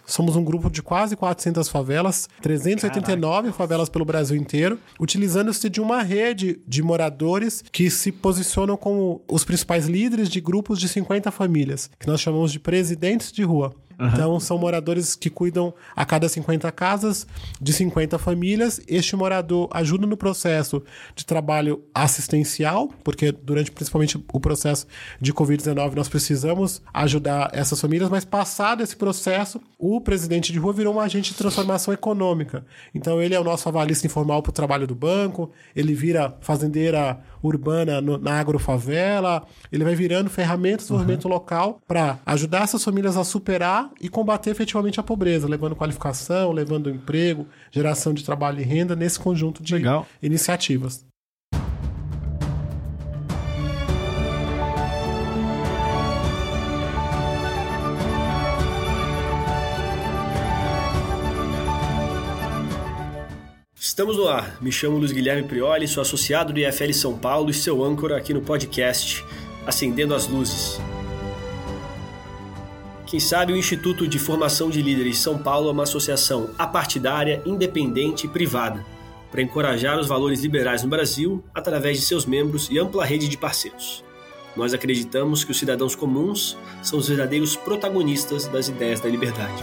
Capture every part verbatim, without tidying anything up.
somos um grupo de quase quatrocentas favelas, trezentas e oitenta e nove Caraca. favelas pelo Brasil inteiro, utilizando-se de uma rede de moradores que se posicionam como os principais líderes de grupos de cinquenta famílias, que nós chamamos de presidentes de rua. Uhum. Então, são moradores que cuidam a cada cinquenta casas de cinquenta famílias. Este morador ajuda no processo de trabalho assistencial, porque durante principalmente o processo de covid dezenove nós precisamos ajudar essas famílias, mas passado esse processo, o presidente de rua virou um agente de transformação econômica. Então, ele é o nosso avalista informal para o trabalho do banco, ele vira fazendeira urbana no, na agrofavela, ele vai virando ferramentas de desenvolvimento uhum. local para ajudar essas famílias a superar e combater efetivamente a pobreza, levando qualificação, levando emprego, geração de trabalho e renda nesse conjunto de Legal. iniciativas. Estamos no ar. Me chamo Luiz Guilherme Prioli, sou associado do I F L São Paulo e seu âncora aqui no podcast Acendendo as Luzes. Quem sabe o Instituto de Formação de Líderes São Paulo é uma associação apartidária, independente e privada para encorajar os valores liberais no Brasil através de seus membros e ampla rede de parceiros. Nós acreditamos que os cidadãos comuns são os verdadeiros protagonistas das ideias da liberdade.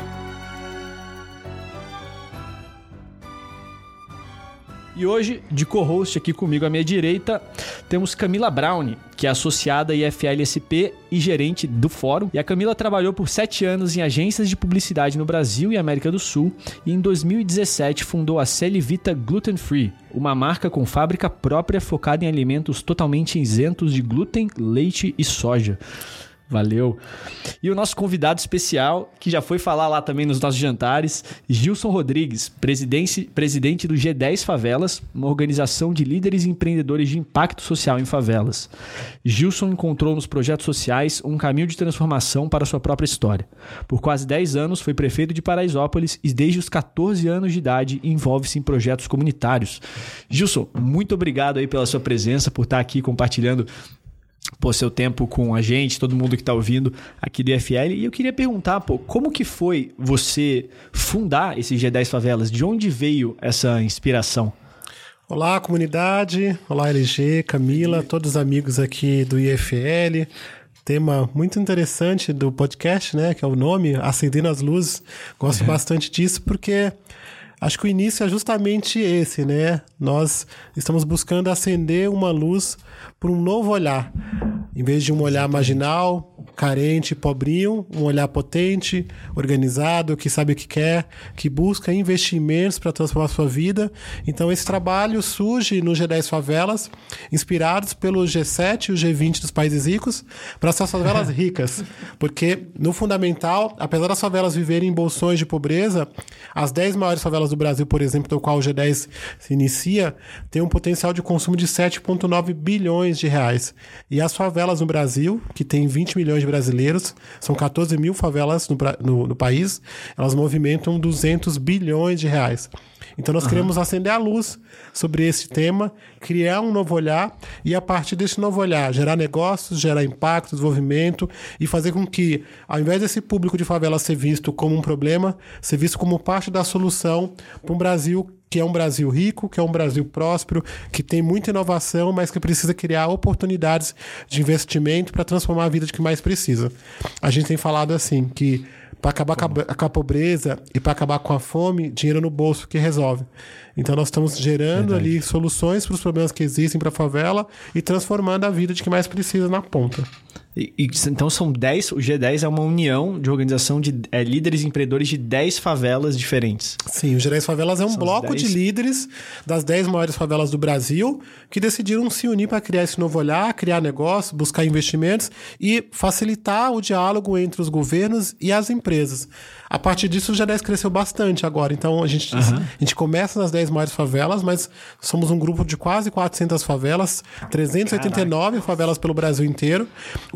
E hoje, de co-host aqui comigo à minha direita, temos Camila Browne, que é associada à I F L S P e gerente do fórum. E a Camila trabalhou por sete anos em agências de publicidade no Brasil e América do Sul e em dois mil e dezessete fundou a Celivita Gluten Free, uma marca com fábrica própria focada em alimentos totalmente isentos de glúten, leite e soja. Valeu. E o nosso convidado especial, que já foi falar lá também nos nossos jantares, Gilson Rodrigues, presidente, presidente do G dez Favelas, uma organização de líderes e empreendedores de impacto social em favelas. Gilson encontrou nos projetos sociais um caminho de transformação para sua própria história. Por quase dez anos foi prefeito de Paraisópolis e desde os catorze anos de idade envolve-se em projetos comunitários. Gilson, muito obrigado aí pela sua presença, por estar aqui compartilhando pô, seu tempo com a gente, todo mundo que está ouvindo aqui do I F L. E eu queria perguntar, pô, como que foi você fundar esse G dez Favelas? De onde veio essa inspiração? Olá, comunidade. Olá, L G, Camila, todos os amigos aqui do I F L. Tema muito interessante do podcast, né? Que é o nome, Acendendo as Luzes. Gosto uhum. bastante disso porque acho que o início é justamente esse, né? Nós estamos buscando acender uma luz por um novo olhar. Em vez de um olhar marginal, carente, pobrinho, um olhar potente, organizado, que sabe o que quer, que busca investimentos para transformar a sua vida. Então esse trabalho surge no G dez Favelas, inspirados pelo G sete e o G vinte dos países ricos, para essas favelas ricas. Porque, no fundamental, apesar das favelas viverem em bolsões de pobreza, as dez maiores favelas do Brasil, por exemplo, do qual o G dez se inicia, tem um potencial de consumo de sete vírgula nove bilhões de reais. E as favelas no Brasil, que tem vinte milhões de brasileiros, são catorze mil favelas no, no, no país, elas movimentam duzentos bilhões de reais. Então nós uhum. queremos acender a luz sobre esse tema, criar um novo olhar e a partir desse novo olhar gerar negócios, gerar impacto, desenvolvimento e fazer com que, ao invés desse público de favela ser visto como um problema, ser visto como parte da solução para um Brasil que é um Brasil rico, que é um Brasil próspero, que tem muita inovação, mas que precisa criar oportunidades de investimento para transformar a vida de quem mais precisa. A gente tem falado assim, que para acabar com a pobreza e para acabar com a fome, dinheiro no bolso que resolve. Então nós estamos gerando Verdade. ali soluções para os problemas que existem para a favela e transformando a vida de quem mais precisa na ponta. E, e, então são dez, o G dez é uma união de organização de é, líderes e empreendedores de dez favelas diferentes. Sim, o G dez Favelas é um são bloco dez... de líderes das dez maiores favelas do Brasil que decidiram se unir para criar esse novo olhar, criar negócios, buscar investimentos e facilitar o diálogo entre os governos e as empresas. A partir disso, o G dez cresceu bastante agora. Então, a gente, uhum. a gente começa nas dez maiores favelas, mas somos um grupo de quase quatrocentas favelas, trezentas e oitenta e nove Caraca. favelas pelo Brasil inteiro,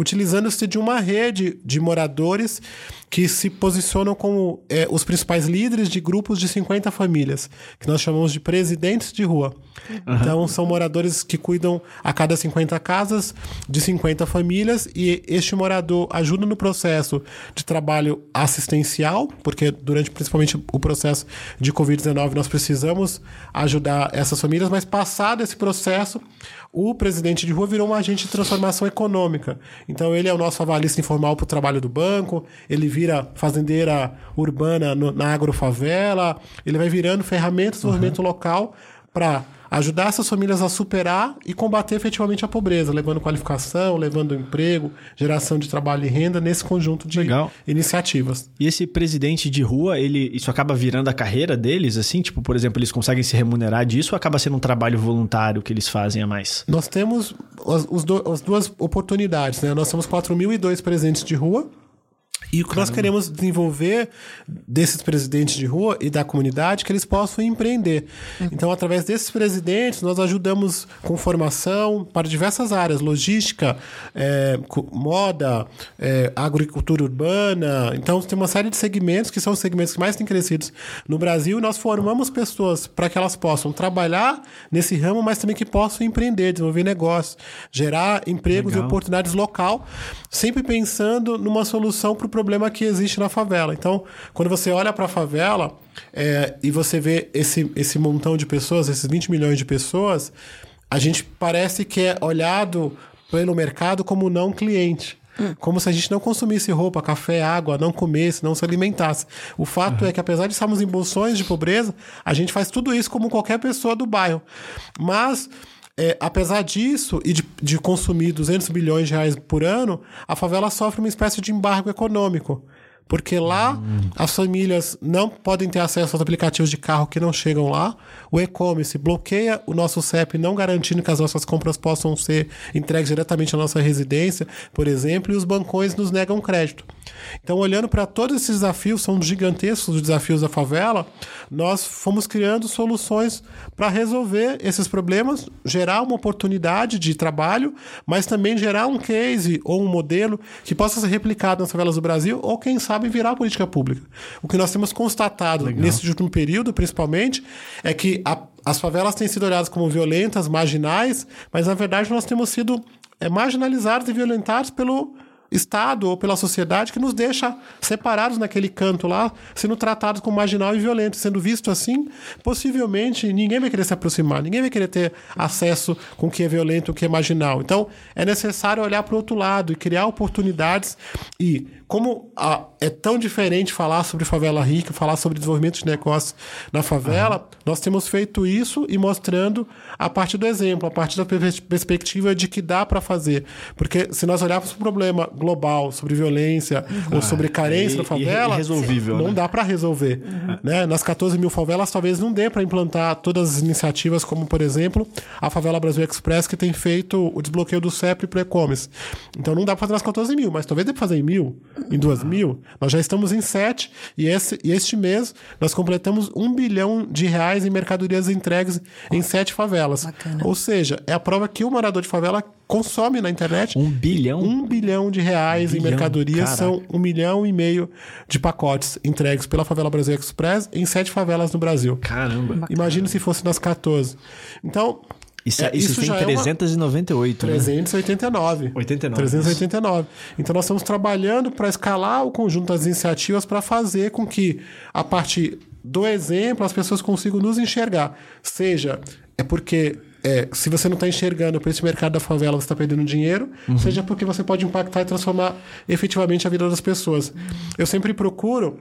utilizando-se de uma rede de moradores que se posicionam como é, os principais líderes de grupos de cinquenta famílias, que nós chamamos de presidentes de rua. Uhum. Então, são moradores que cuidam a cada cinquenta casas de cinquenta famílias, e este morador ajuda no processo de trabalho assistencial, porque durante principalmente o processo de covid dezenove nós precisamos ajudar essas famílias, mas passado esse processo, o presidente de rua virou um agente de transformação econômica. Então, ele é o nosso avalista informal para o trabalho do banco, ele vira fazendeira urbana no, na agrofavela, ele vai virando ferramenta de desenvolvimento uhum. local para ajudar essas famílias a superar e combater efetivamente a pobreza, levando qualificação, levando emprego, geração de trabalho e renda nesse conjunto de Legal. iniciativas. E esse presidente de rua, ele, isso acaba virando a carreira deles, assim? Tipo, por exemplo, eles conseguem se remunerar disso ou acaba sendo um trabalho voluntário que eles fazem a mais? Nós temos as, os do, as duas oportunidades, né? Nós temos quatro mil e dois presidentes de rua. E o que Caramba. nós queremos desenvolver desses presidentes de rua e da comunidade, que eles possam empreender. Uhum. Então, através desses presidentes, nós ajudamos com formação para diversas áreas, logística, é, moda, é, agricultura urbana. Então, tem uma série de segmentos que são os segmentos que mais têm crescido no Brasil, e nós formamos pessoas para que elas possam trabalhar nesse ramo, mas também que possam empreender, desenvolver negócios, gerar empregos Legal. e oportunidades local, sempre pensando numa solução para o problema que existe na favela. Então, quando você olha para a favela é, e você vê esse, esse montão de pessoas, esses vinte milhões de pessoas, a gente parece que é olhado pelo mercado como não cliente. Hum. Como se a gente não consumisse roupa, café, água, não comesse, não se alimentasse. O fato uhum. é que, apesar de estarmos em bolsões de pobreza, a gente faz tudo isso como qualquer pessoa do bairro. Mas... É, apesar disso e de, de consumir duzentos bilhões de reais por ano, a favela sofre uma espécie de embargo econômico. Porque lá hum. as famílias não podem ter acesso aos aplicativos de carro que não chegam lá. O e-commerce bloqueia o nosso C E P, não garantindo que as nossas compras possam ser entregues diretamente à nossa residência, por exemplo, e os bancões nos negam crédito. Então, olhando para todos esses desafios, são gigantescos os desafios da favela, nós fomos criando soluções para resolver esses problemas, gerar uma oportunidade de trabalho, mas também gerar um case ou um modelo que possa ser replicado nas favelas do Brasil, ou quem sabe virar política pública. O que nós temos constatado Legal. nesse último período, principalmente, é que a, as favelas têm sido olhadas como violentas, marginais, mas na verdade nós temos sido é, marginalizados e violentados pelo Estado ou pela sociedade, que nos deixa separados naquele canto lá, sendo tratados como marginal e violento. Sendo visto assim, possivelmente ninguém vai querer se aproximar, ninguém vai querer ter acesso com o que é violento, o que é marginal. Então, é necessário olhar para o outro lado e criar oportunidades. E como a, é tão diferente falar sobre favela rica, falar sobre desenvolvimento de negócios na favela, uhum. nós temos feito isso e mostrando a partir do exemplo, a partir da perspectiva de que dá para fazer. Porque se nós olharmos para o problema global sobre violência uhum. ou sobre carência e, na favela, irresolvível, não né? dá para resolver. Uhum. Né? Nas catorze mil favelas, talvez não dê para implantar todas as iniciativas, como, por exemplo, a Favela Brasil Express, que tem feito o desbloqueio do C E P para o e-commerce. Então não dá para fazer nas catorze mil, mas talvez dê para fazer em mil, em duas mil. Nós já estamos em sete, e, esse, e este mês nós completamos um bilhão de reais em mercadorias entregues em sete favelas. Bacana. Ou seja, é a prova que o morador de favela consome na internet um bilhão? Um bilhão de reais um em bilhão, mercadorias. Caraca. São um milhão e meio de pacotes entregues pela Favela Brasil Express em sete favelas no Brasil. Caramba! Imagina se fosse nas catorze. Então... Isso, é, isso, isso tem trezentos e noventa e oito, né? trezentos e oitenta e nove. oitenta e nove. trezentos e oitenta e nove. Então nós estamos trabalhando para escalar o conjunto das iniciativas para fazer com que, a partir do exemplo, as pessoas consigam nos enxergar. Seja, é porque... É, se você não está enxergando para esse mercado da favela, você está perdendo dinheiro, uhum. seja porque você pode impactar e transformar efetivamente a vida das pessoas. Eu sempre procuro,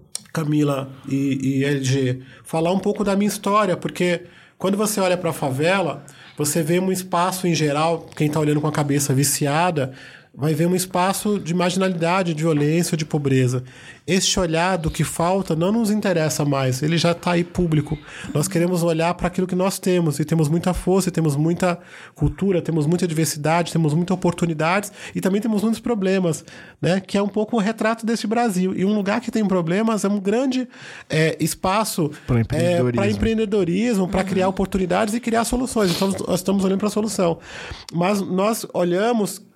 Camila e, e L G, falar um pouco da minha história, porque quando você olha para a favela, você vê um espaço em geral, quem está olhando com a cabeça viciada, vai ver um espaço de marginalidade, de violência, de pobreza. Este olhar do que falta não nos interessa mais, ele já está aí público. Nós queremos olhar para aquilo que nós temos, e temos muita força, e temos muita cultura, temos muita diversidade, temos muitas oportunidades, e também temos muitos problemas, né? Que é um pouco o retrato desse Brasil. E um lugar que tem problemas é um grande é, espaço para empreendedorismo, é, empreendedorismo para criar oportunidades e criar soluções. Então, nós estamos olhando para a solução. Mas nós olhamos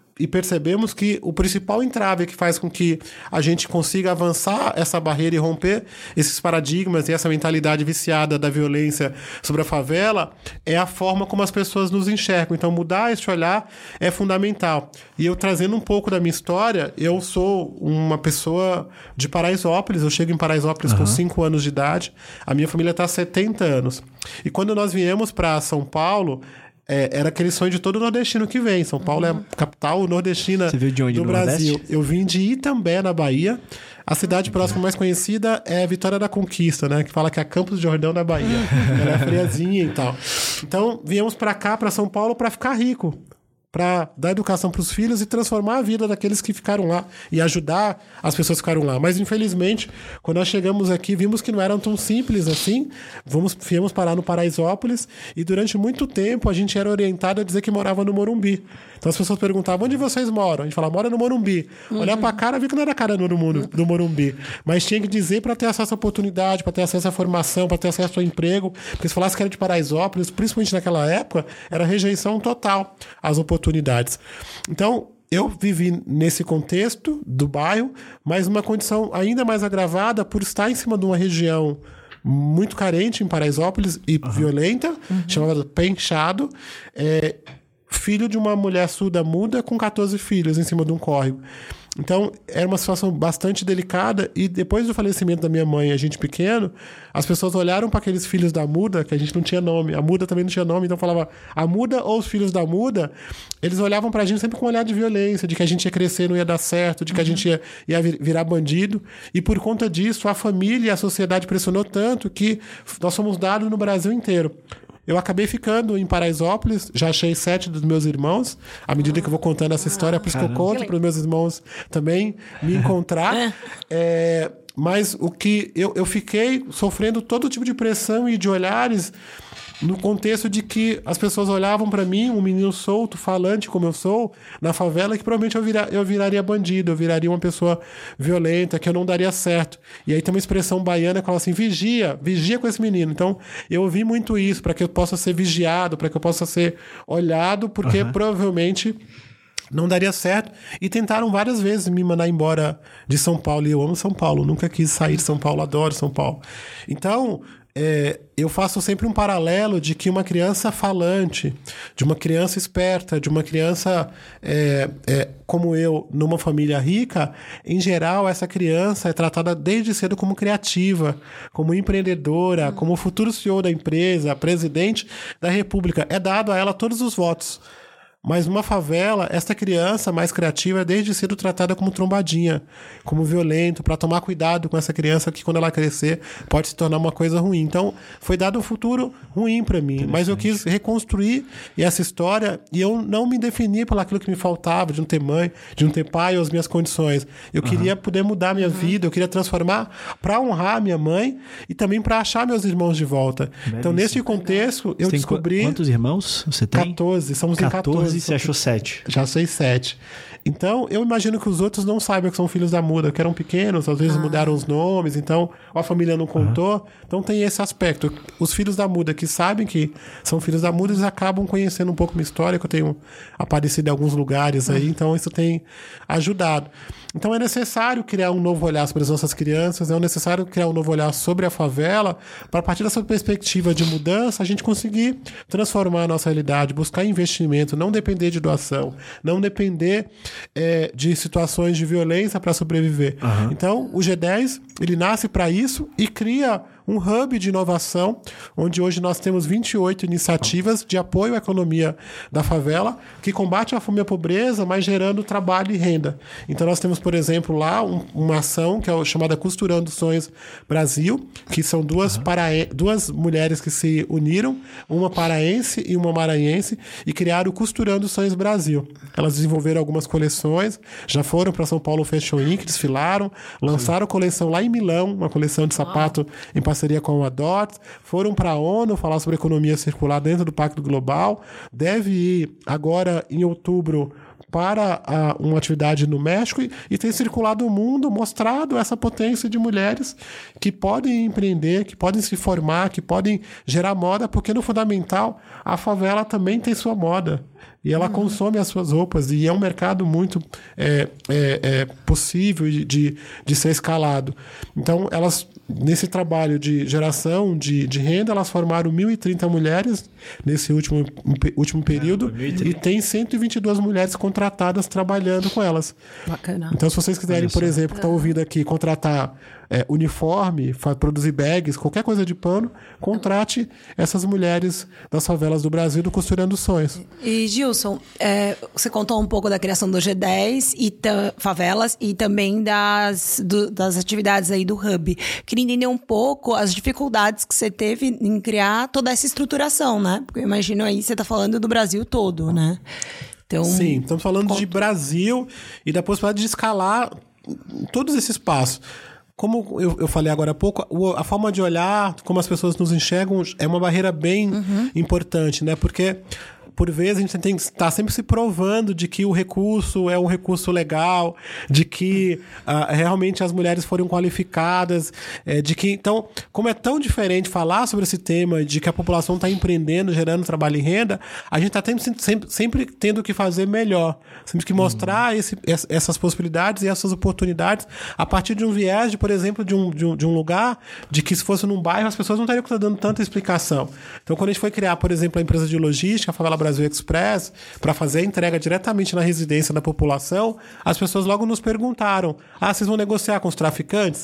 e percebemos que o principal entrave que faz com que a gente consiga avançar essa barreira e romper esses paradigmas e essa mentalidade viciada da violência sobre a favela é a forma como as pessoas nos enxergam. Então, mudar esse olhar é fundamental. E eu, trazendo um pouco da minha história, eu sou uma pessoa de Paraisópolis, eu chego em Paraisópolis uhum. com cinco anos de idade, a minha família está há setenta anos. E quando nós viemos para São Paulo, É, era aquele sonho de todo nordestino que vem. São Paulo uhum. é a capital nordestina Você veio de onde, do no Brasil. Nordeste? Eu vim de Itambé, na Bahia. A cidade próxima mais conhecida é Vitória da Conquista, né? Que fala que é Campos de Jordão da Bahia. Ela é friazinha e tal. Então, viemos pra cá, pra São Paulo, pra ficar rico. Para dar educação para os filhos e transformar a vida daqueles que ficaram lá e ajudar as pessoas que ficaram lá. Mas, infelizmente, quando nós chegamos aqui, vimos que não eram tão simples assim. Vamos, viemos parar no Paraisópolis e, durante muito tempo, a gente era orientado a dizer que morava no Morumbi. Então, as pessoas perguntavam, onde vocês moram? A gente falava, mora no Morumbi. Uhum. Olhar para a cara, vi que não era a cara do, do Morumbi. Mas tinha que dizer para ter acesso à oportunidade, para ter acesso à formação, para ter acesso ao emprego. Porque se falasse que era de Paraisópolis, principalmente naquela época, era rejeição total às oportunidades. Então, eu vivi nesse contexto do bairro, mas numa condição ainda mais agravada por estar em cima de uma região muito carente em Paraisópolis e uhum. violenta, uhum. chamada Penchado, é, filho de uma mulher surda-muda com catorze filhos em cima de um córrego. Então, era uma situação bastante delicada e depois do falecimento da minha mãe, a gente pequeno, as pessoas olharam para aqueles filhos da muda, que a gente não tinha nome, a muda também não tinha nome, então falava a muda ou os filhos da muda, eles olhavam pra gente sempre com um olhar de violência, de que a gente ia crescer, não ia dar certo, de que uhum. a gente ia, ia virar bandido, e por conta disso, a família e a sociedade pressionou tanto que nós fomos dados no Brasil inteiro. Eu acabei ficando em Paraisópolis, já achei sete dos meus irmãos, à medida que eu vou contando essa história, por isso que eu conto para os meus irmãos também me encontrar. É, mas o que eu, eu fiquei sofrendo todo tipo de pressão e de olhares no contexto de que as pessoas olhavam para mim, um menino solto, falante como eu sou, na favela, que provavelmente eu, vira, eu viraria bandido, eu viraria uma pessoa violenta, que eu não daria certo. E aí tem uma expressão baiana que fala assim, vigia, vigia com esse menino. Então, eu ouvi muito isso, para que eu possa ser vigiado, para que eu possa ser olhado, porque uhum. provavelmente não daria certo. E tentaram várias vezes me mandar embora de São Paulo, e eu amo São Paulo, nunca quis sair de São Paulo, adoro São Paulo. Então, É, eu faço sempre um paralelo de que uma criança falante, de uma criança esperta, de uma criança é, é, como eu, numa família rica, em geral, essa criança é tratada desde cedo como criativa, como empreendedora, hum. como futuro C E O da empresa, presidente da República. É dado a ela todos os votos. Mas numa favela, essa criança mais criativa é desde cedo tratada como trombadinha, como violento, para tomar cuidado com essa criança que quando ela crescer pode se tornar uma coisa ruim. Então, foi dado um futuro ruim para mim, mas eu quis reconstruir essa história e eu não me defini por aquilo que me faltava, de não ter mãe, de não ter pai ou as minhas condições. Eu uhum. queria poder mudar a minha uhum. vida, eu queria transformar para honrar minha mãe e também para achar meus irmãos de volta. Belíssimo. Então, nesse contexto, eu você descobri... Tem quantos irmãos você tem? catorze, somos em catorze. E você achou sete? Já sei sete. Então, eu imagino que os outros não saibam que são filhos da muda, que eram pequenos, às vezes ah. mudaram os nomes, então a família não contou. Ah. Então tem esse aspecto. Os filhos da muda que sabem que são filhos da muda, eles acabam conhecendo um pouco minha história, que eu tenho aparecido em alguns lugares aí, ah. então isso tem ajudado. Então é necessário criar um novo olhar sobre as nossas crianças, é necessário criar um novo olhar sobre a favela, para a partir dessa perspectiva de mudança, a gente conseguir transformar a nossa realidade, buscar investimento, não depender de doação, não depender é, de situações de violência para sobreviver. Uhum. Então, o G dez, ele nasce para isso e cria um hub de inovação, onde hoje nós temos vinte e oito iniciativas de apoio à economia da favela, que combate a fome e a pobreza, mas gerando trabalho e renda. Então nós temos, por exemplo, lá um, uma ação que é chamada Costurando Sonhos Brasil, que são duas, uhum. parae- duas mulheres que se uniram, uma paraense e uma maranhense, e criaram o Costurando Sonhos Brasil. Elas desenvolveram algumas coleções, já foram para São Paulo Fashion Week, desfilaram, lançaram a coleção lá em Milão, uma coleção de sapato ah. em parceria com a Dot, foram para a ONU falar sobre economia circular dentro do Pacto Global, deve ir agora em outubro para a, uma atividade no México e, e tem circulado o mundo, mostrado essa potência de mulheres que podem empreender, que podem se formar, que podem gerar moda, porque no fundamental a favela também tem sua moda. E ela uhum. consome as suas roupas. E é um mercado muito é, é, é possível de, de, de ser escalado. Então, elas, nesse trabalho de geração de, de renda, elas formaram mil e trinta mulheres nesse último, último período. É, e tem cento e vinte e duas mulheres contratadas trabalhando com elas. Bacana. Então, se vocês quiserem, por exemplo, que estão ouvindo aqui, contratar é, uniforme, produzir bags, qualquer coisa de pano, contrate essas mulheres das favelas do Brasil do Costurando Sonhos. E, Gilson, é, você contou um pouco da criação do G dez e ta, favelas e também das, do, das atividades aí do Hub. Queria entender um pouco as dificuldades que você teve em criar toda essa estruturação, né? Porque eu imagino aí, você está falando do Brasil todo, né? Então, sim, estamos falando conta. de Brasil e da possibilidade de escalar todos esses passos. Como eu, eu falei agora há pouco, a forma de olhar, como as pessoas nos enxergam, é uma barreira bem uhum. importante, né? Porque, por vezes, a gente tem que estar sempre se provando de que o recurso é um recurso legal, de que uh, realmente as mulheres foram qualificadas, é, de que... Então, como é tão diferente falar sobre esse tema, de que a população está empreendendo, gerando trabalho e renda, a gente está sempre, sempre tendo que fazer melhor. Temos que mostrar uhum. esse, essas possibilidades e essas oportunidades a partir de um viés, de, por exemplo, de um, de, um, de um lugar de que, se fosse num bairro, as pessoas não estariam dando tanta explicação. Então, quando a gente foi criar, por exemplo, a empresa de logística, a Favela Brasil Express, para fazer a entrega diretamente na residência da população, as pessoas logo nos perguntaram: ah, vocês vão negociar com os traficantes?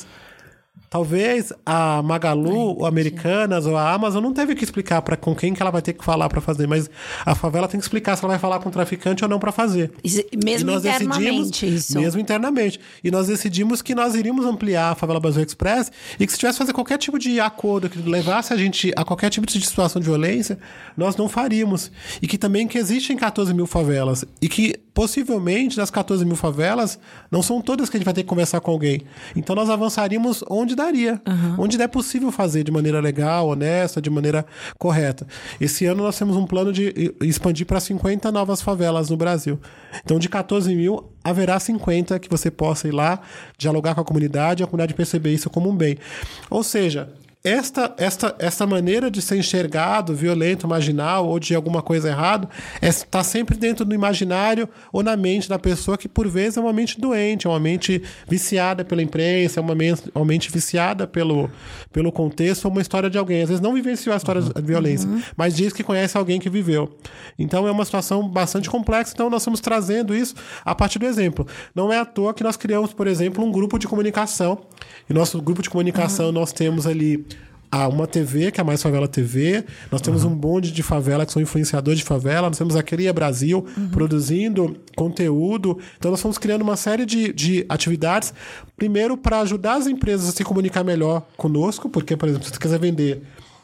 Talvez a Magalu, ou Americanas, ou a Amazon não teve que explicar para com quem que ela vai ter que falar para fazer, mas a favela tem que explicar se ela vai falar com o traficante ou não para fazer. Mesmo internamente, isso. Mesmo internamente. E nós decidimos que nós iríamos ampliar a Favela Brasil Express e que, se tivesse que fazer qualquer tipo de acordo que levasse a gente a qualquer tipo de situação de violência, nós não faríamos. E que também que existem catorze mil favelas e que, possivelmente, das catorze mil favelas, não são todas que a gente vai ter que conversar com alguém. Então nós avançaríamos onde daria, uhum. onde é possível fazer de maneira legal, honesta, de maneira correta. Esse ano nós temos um plano de expandir para cinquenta novas favelas no Brasil. Então, de catorze mil, haverá cinquenta que você possa ir lá, dialogar com a comunidade e a comunidade perceber isso como um bem. Ou seja, Esta, esta, esta maneira de ser enxergado, violento, marginal ou de alguma coisa errada, está sempre dentro do imaginário ou na mente da pessoa, que por vezes é uma mente doente, é uma mente viciada pela imprensa, é uma mente, uma mente viciada pelo, pelo contexto ou uma história de alguém. Às vezes não vivenciou a história uhum. de violência, uhum. mas diz que conhece alguém que viveu. Então é uma situação bastante complexa, então nós estamos trazendo isso a partir do exemplo. Não é à toa que nós criamos, por exemplo, um grupo de comunicação. E nosso grupo de comunicação uhum. nós temos ali Há uma T V, que é a Mais Favela T V. Nós temos uhum. um bonde de favela, que são influenciadores de favela. Nós temos a Cria Brasil, uhum. produzindo conteúdo. Então, nós estamos criando uma série de, de atividades. Primeiro, para ajudar as empresas a se comunicar melhor conosco. Porque, por exemplo, se você quiser vender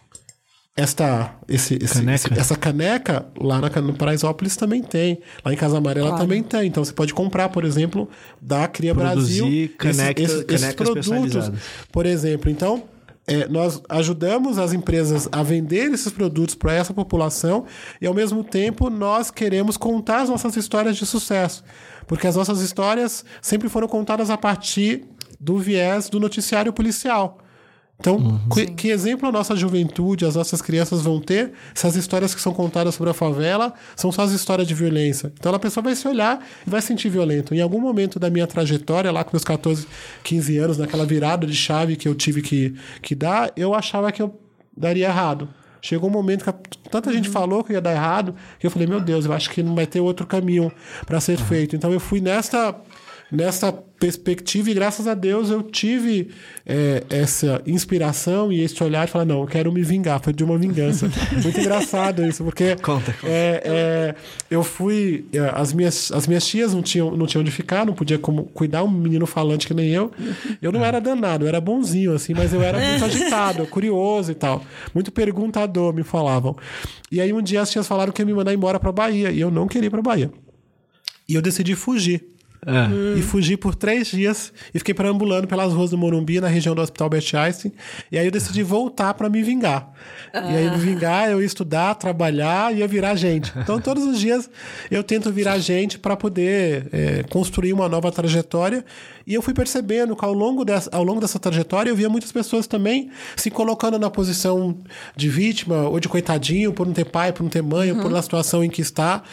esta, esse, esse, caneca. Esse, essa caneca, lá na, no Paraisópolis também tem. Lá em Casa Amarela claro. também tem. Então, você pode comprar, por exemplo, da Cria Produzir Brasil. Caneca, esse, esse, esses produtos, por exemplo. Então... É, nós ajudamos as empresas a vender esses produtos para essa população e, ao mesmo tempo, nós queremos contar as nossas histórias de sucesso. Porque as nossas histórias sempre foram contadas a partir do viés do noticiário policial. Então, uhum. que, que exemplo a nossa juventude, as nossas crianças vão ter se as histórias que são contadas sobre a favela são só as histórias de violência? Então, a pessoa vai se olhar e vai se sentir violento. Em algum momento da minha trajetória, lá com meus catorze, quinze anos, naquela virada de chave que eu tive que, que dar, eu achava que eu daria errado. Chegou um momento que tanta uhum. gente falou que ia dar errado, que eu falei, meu Deus, eu acho que não vai ter outro caminho para ser uhum. feito. Então, eu fui nesta... Nessa perspectiva, e graças a Deus eu tive é, essa inspiração e esse olhar de falar, não, eu quero me vingar, foi de uma vingança. Muito engraçado isso, porque conta, conta. É, é, eu fui, as minhas, as minhas tias não tinham, não tinham onde ficar, não podia como cuidar um menino falante que nem eu. Eu não era danado, eu era bonzinho, assim, mas eu era muito agitado, curioso e tal. Muito perguntador, me falavam. E aí um dia as tias falaram que ia me mandar embora pra Bahia, e eu não queria ir pra Bahia. E eu decidi fugir. É. E fugi por três dias e fiquei perambulando pelas ruas do Morumbi, na região do Hospital Albert Einstein. E aí eu decidi voltar para me vingar. Ah. E aí me vingar, eu ia estudar, trabalhar e ia virar gente. Então todos os dias eu tento virar gente para poder é, construir uma nova trajetória. E eu fui percebendo que ao longo, dessa, ao longo dessa trajetória eu via muitas pessoas também se colocando na posição de vítima ou de coitadinho, por não ter pai, por não ter mãe, uhum. ou por uma situação em que está.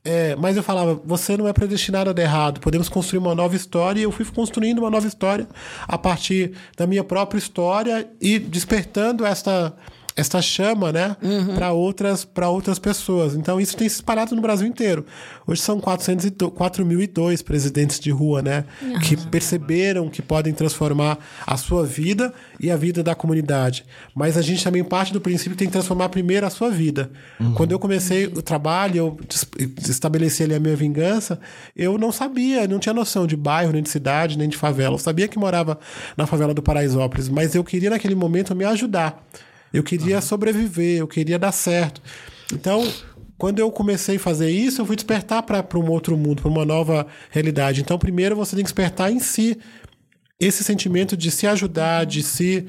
É, mas eu falava, você não é predestinado a dar errado, podemos construir uma nova história, e eu fui construindo uma nova história a partir da minha própria história e despertando esta, esta chama, né, uhum. para outras, para outras pessoas. Então isso tem se espalhado no Brasil inteiro. Hoje são quatro mil e dois presidentes de rua, né, uhum. que perceberam que podem transformar a sua vida e a vida da comunidade. Mas a gente também parte do princípio que tem que transformar primeiro a sua vida. Uhum. Quando eu comecei o trabalho, eu estabeleci ali a minha vingança, eu não sabia, não tinha noção de bairro, nem de cidade, nem de favela. Eu sabia que morava na favela do Paraisópolis, mas eu queria naquele momento me ajudar. Eu queria uhum. sobreviver, eu queria dar certo. Então, quando eu comecei a fazer isso, eu fui despertar para um outro mundo, para uma nova realidade. Então, primeiro você tem que despertar em si esse sentimento de se ajudar, de se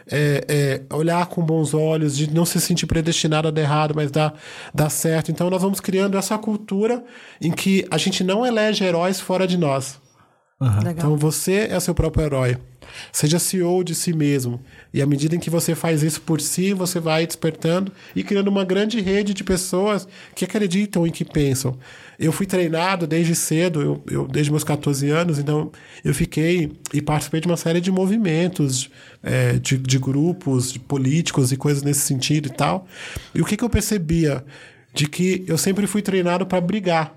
é, é, olhar com bons olhos, de não se sentir predestinado a dar errado, mas dar, dar certo. Então, nós vamos criando essa cultura em que a gente não elege heróis fora de nós. Uhum. Então, você é o seu próprio herói. Seja C E O de si mesmo. E à medida em que você faz isso por si, você vai despertando e criando uma grande rede de pessoas que acreditam e que pensam. Eu fui treinado desde cedo, eu, eu, desde meus catorze anos, então eu fiquei e participei de uma série de movimentos, é, de, de grupos, de políticos e coisas nesse sentido e tal. E o que, que eu percebia? De que eu sempre fui treinado para brigar,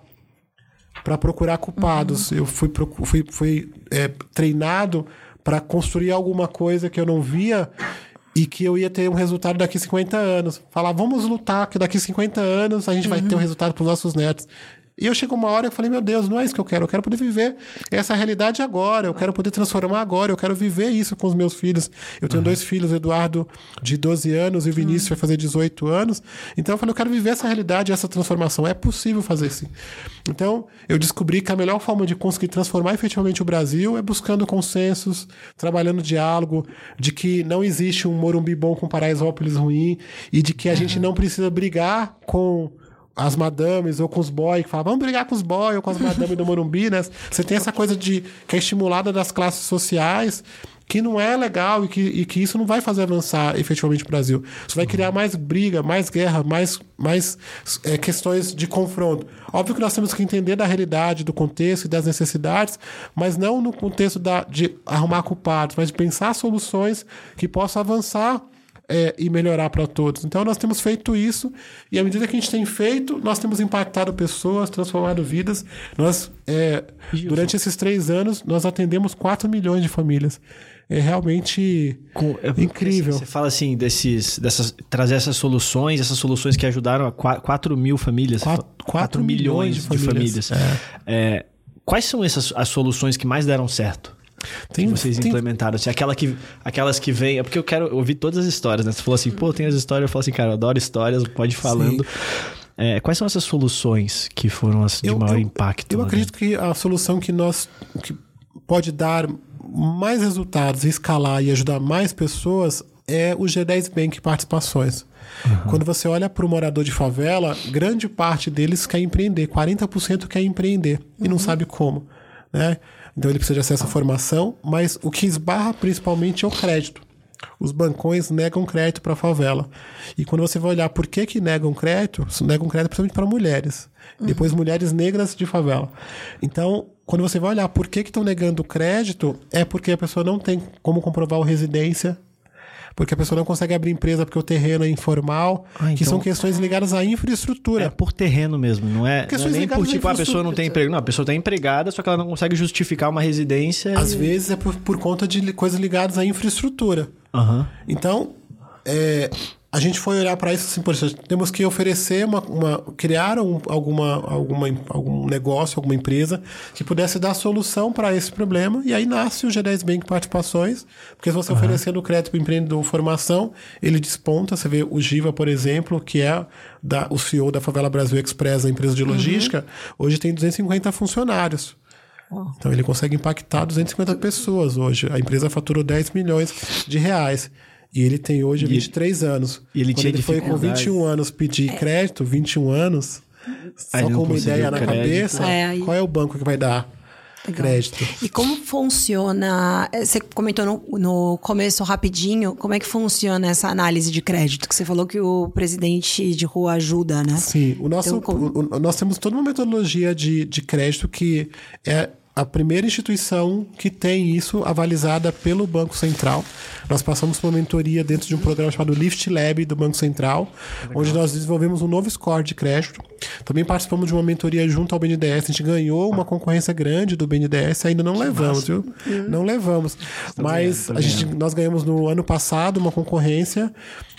para procurar culpados. Uhum. Eu fui, fui, fui é, treinado para construir alguma coisa que eu não via e que eu ia ter um resultado daqui a cinquenta anos. Falar, vamos lutar, que daqui a cinquenta anos a gente uhum. vai ter um resultado para os nossos netos. E eu chego uma hora e falei, meu Deus, não é isso que eu quero. Eu quero poder viver essa realidade agora. Eu quero poder transformar agora. Eu quero viver isso com os meus filhos. Eu tenho uhum. dois filhos, o Eduardo de doze anos e o Vinícius uhum. vai fazer dezoito anos. Então eu falei, eu quero viver essa realidade, essa transformação. É possível fazer isso. Então eu descobri que a melhor forma de conseguir transformar efetivamente o Brasil é buscando consensos, trabalhando diálogo, de que não existe um Morumbi bom com Paraisópolis ruim e de que a uhum. gente não precisa brigar com as madames ou com os boys, que falam, vamos brigar com os boys ou com as madames do Morumbi, né? Você tem essa coisa de que é estimulada das classes sociais, que não é legal e que, e que isso não vai fazer avançar efetivamente o Brasil. Isso vai criar mais briga, mais guerra, mais, mais é, questões de confronto. Óbvio que nós temos que entender da realidade, do contexto e das necessidades, mas não no contexto da, de arrumar culpados, mas de pensar soluções que possam avançar É, e melhorar para todos. Então nós temos feito isso e à medida que a gente tem feito, nós temos impactado pessoas, transformado vidas. Nós, é, durante esses três anos, nós atendemos quatro milhões de famílias. É realmente Com, é, incrível. Assim, você fala assim, desses, dessas, trazer essas soluções, essas soluções que ajudaram a quatro mil famílias. quatro milhões de famílias. De famílias. É. É, quais são essas as soluções que mais deram certo? Tem, que vocês tem... implementaram, assim, aquela que, aquelas que vêm... É porque eu quero ouvir todas as histórias, né? Você falou assim, pô, tem as histórias. Eu falo assim, cara, eu adoro histórias, pode ir falando. É, quais são essas soluções que foram as de eu, maior eu, impacto? Eu lá, acredito né? que a solução que nós... que pode dar mais resultados, escalar e ajudar mais pessoas é o G dez Bank Participações. Uhum. Quando você olha para o morador de favela, grande parte deles quer empreender. quarenta por cento quer empreender e uhum. não sabe como, né? Então ele precisa de acesso à formação, mas o que esbarra principalmente é o crédito. Os bancões negam crédito para a favela. E quando você vai olhar por que que negam crédito, negam crédito principalmente para mulheres. Uhum. Depois mulheres negras de favela. Então, quando você vai olhar por que que estão negando crédito, é porque a pessoa não tem como comprovar a residência, porque a pessoa não consegue abrir empresa porque o terreno é informal, ah, então... que são questões ligadas à infraestrutura. É por terreno mesmo, não é, não é nem por tipo, a pessoa não tem emprego. Não, a pessoa está empregada, só que ela não consegue justificar uma residência. Às e... vezes é por, por conta de coisas ligadas à infraestrutura. Uhum. Então, é, a gente foi olhar para isso assim, por isso, temos que oferecer uma, uma criar um, alguma, alguma, algum negócio, alguma empresa que pudesse dar solução para esse problema, e aí nasce o G dez Bank Participações, porque se você uhum. oferecendo crédito para o empreendedor formação, ele desponta. Você vê o Giva, por exemplo, que é da, o C E O da Favela Brasil Express, a empresa de logística, uhum. hoje tem duzentos e cinquenta funcionários. Então ele consegue impactar duzentas e cinquenta pessoas hoje. A empresa faturou dez milhões de reais. E ele tem hoje vinte e três anos. E ele Quando tinha ele foi com vinte e um anos pedir crédito, vinte e um anos, só com uma ideia na crédito. cabeça, é, aí... qual é o banco que vai dar? crédito. E como funciona, você comentou no, no começo rapidinho, como é que funciona essa análise de crédito? Que você falou que o presidente de rua ajuda, né? Sim, o nosso, Então, como... o, o, nós temos toda uma metodologia de, de crédito que é a primeira instituição que tem isso avalizada pelo Banco Central. Nós passamos por uma mentoria dentro de um programa chamado Lift Lab do Banco Central, legal, onde nós desenvolvemos um novo score de crédito. Também participamos de uma mentoria junto ao B N D E S. A gente ganhou uma concorrência grande do B N D E S, ainda não que levamos, massa. viu? Hum. Não levamos. Tô Mas vendo, a gente, nós ganhamos no ano passado uma concorrência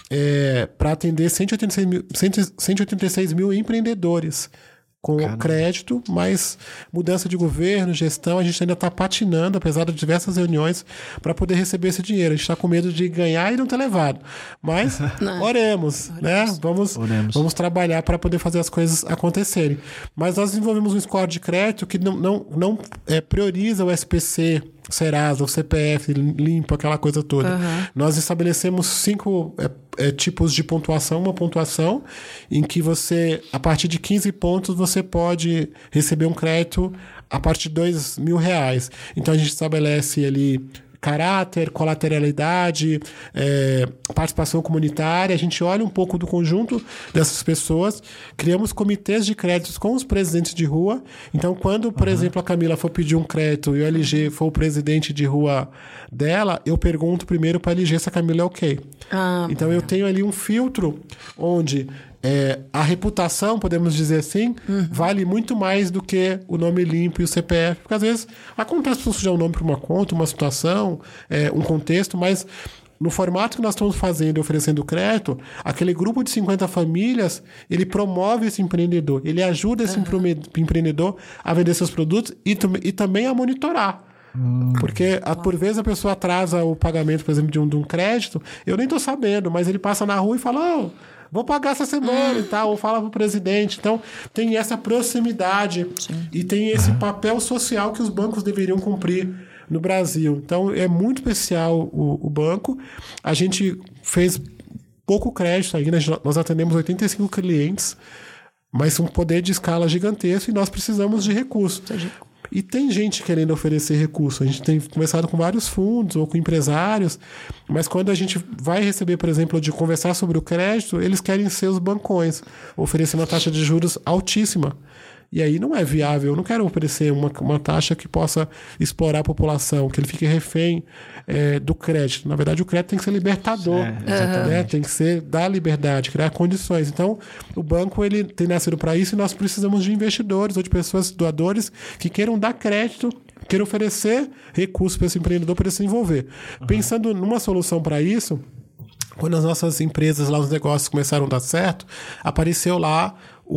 é, para atender cento e oitenta e seis mil, cento e oitenta e seis mil empreendedores com Caramba. crédito, mas mudança de governo, gestão, a gente ainda está patinando, apesar de diversas reuniões, para poder receber esse dinheiro. A gente está com medo de ganhar e não ter levado. Mas não. oremos, oremos, né? Vamos, oremos. vamos trabalhar para poder fazer as coisas acontecerem. Mas nós desenvolvemos um score de crédito que não, não, não é, prioriza o S P C, Serasa, o C P F, limpo, aquela coisa toda. Uhum. Nós estabelecemos cinco é, é, tipos de pontuação, uma pontuação em que você, a partir de quinze pontos, você pode receber um crédito a partir de dois mil reais. Então a gente estabelece ali caráter, colateralidade, é, participação comunitária. A gente olha um pouco do conjunto dessas pessoas, criamos comitês de créditos com os presidentes de rua. Então, quando, por uhum. exemplo, a Camila for pedir um crédito e o L G for o presidente de rua dela, eu pergunto primeiro para a L G se a Camila é ok. Ah, então, eu tenho ali um filtro onde É, a reputação, podemos dizer assim, uhum. vale muito mais do que o nome limpo e o C P F. Porque às vezes acontece para sujar um nome para uma conta, uma situação, é, um contexto, mas no formato que nós estamos fazendo e oferecendo crédito, aquele grupo de cinquenta famílias, ele promove esse empreendedor, ele ajuda esse uhum. empreendedor a vender seus produtos e, e também a monitorar. Hum. Porque a, por vezes a pessoa atrasa o pagamento, por exemplo, de um, de um crédito, eu nem estou sabendo, mas ele passa na rua e fala... Oh, vou pagar essa semana hum. e tal, ou fala pro presidente. Então, tem essa proximidade Sim. e tem esse papel social que os bancos deveriam cumprir no Brasil. Então, é muito especial o, o banco. A gente fez pouco crédito ainda, nós atendemos oitenta e cinco clientes, mas um poder de escala gigantesco e nós precisamos de recursos. E tem gente querendo oferecer recurso. A gente tem conversado com vários fundos ou com empresários, mas quando a gente vai receber, por exemplo, de conversar sobre o crédito, eles querem ser os bancões, oferecer uma taxa de juros altíssima. E aí não é viável. Eu não quero oferecer uma, uma taxa que possa explorar a população, que ele fique refém é, do crédito. Na verdade, o crédito tem que ser libertador. É, né? Tem que ser dar liberdade, criar condições. Então, o banco ele tem nascido para isso e nós precisamos de investidores ou de pessoas, doadores, que queiram dar crédito, queiram oferecer recursos para esse empreendedor para ele se envolver. Uhum. Pensando numa solução para isso, quando as nossas empresas lá, os negócios começaram a dar certo, apareceu lá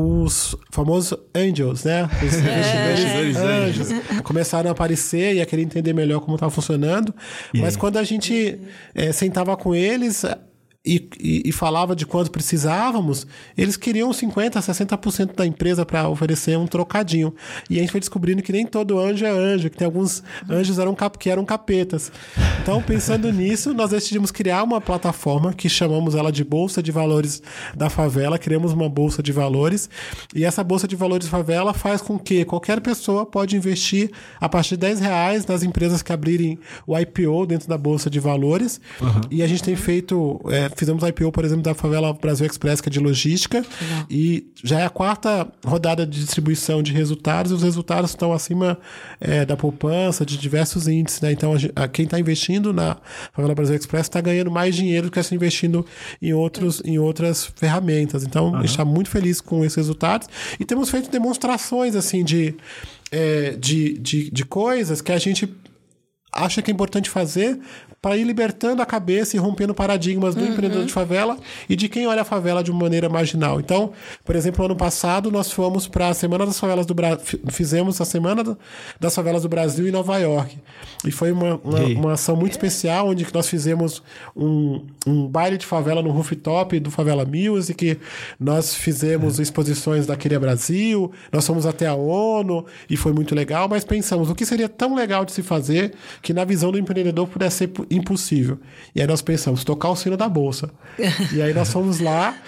os famosos angels, né? Os investidores é. anjos começaram a aparecer e a querer entender melhor como estava funcionando. E Mas aí? quando a gente é, sentava com eles e, e, e falava de quanto precisávamos, eles queriam cinquenta por cento, sessenta por cento da empresa para oferecer um trocadinho. E a gente foi descobrindo que nem todo anjo é anjo, que tem alguns anjos eram cap, que eram capetas. Então, pensando nisso, nós decidimos criar uma plataforma que chamamos ela de Bolsa de Valores da Favela. Criamos uma Bolsa de Valores e essa Bolsa de Valores Favela faz com que qualquer pessoa pode investir a partir de dez reais nas empresas que abrirem o I P O dentro da Bolsa de Valores. Uhum. E a gente tem feito... É, fizemos I P O, por exemplo, da Favela Brasil Express, que é de logística, uhum. e já é a quarta rodada de distribuição de resultados, e os resultados estão acima é, da poupança, de diversos índices, né? Então, a, a, quem está investindo na Favela Brasil Express está ganhando mais dinheiro do que está investindo em, outros, em outras ferramentas. Então, uhum. a gente está muito feliz com esses resultados, e temos feito demonstrações, assim, de, é, de, de, de coisas que a gente acha que é importante fazer para ir libertando a cabeça e rompendo paradigmas do uhum. empreendedor de favela e de quem olha a favela de uma maneira marginal. Então, por exemplo, ano passado nós fomos para a Semana das Favelas do Brasil, fizemos a Semana das Favelas do Brasil em Nova York. E foi uma, uma, uma ação muito especial, onde nós fizemos um, um baile de favela no rooftop do Favela Music, nós fizemos uhum. exposições da Queria Brasil, nós fomos até a ONU e foi muito legal, mas pensamos, o que seria tão legal de se fazer que na visão do empreendedor pudesse ser impossível. E aí nós pensamos, tocar o sino da Bolsa. E aí nós fomos lá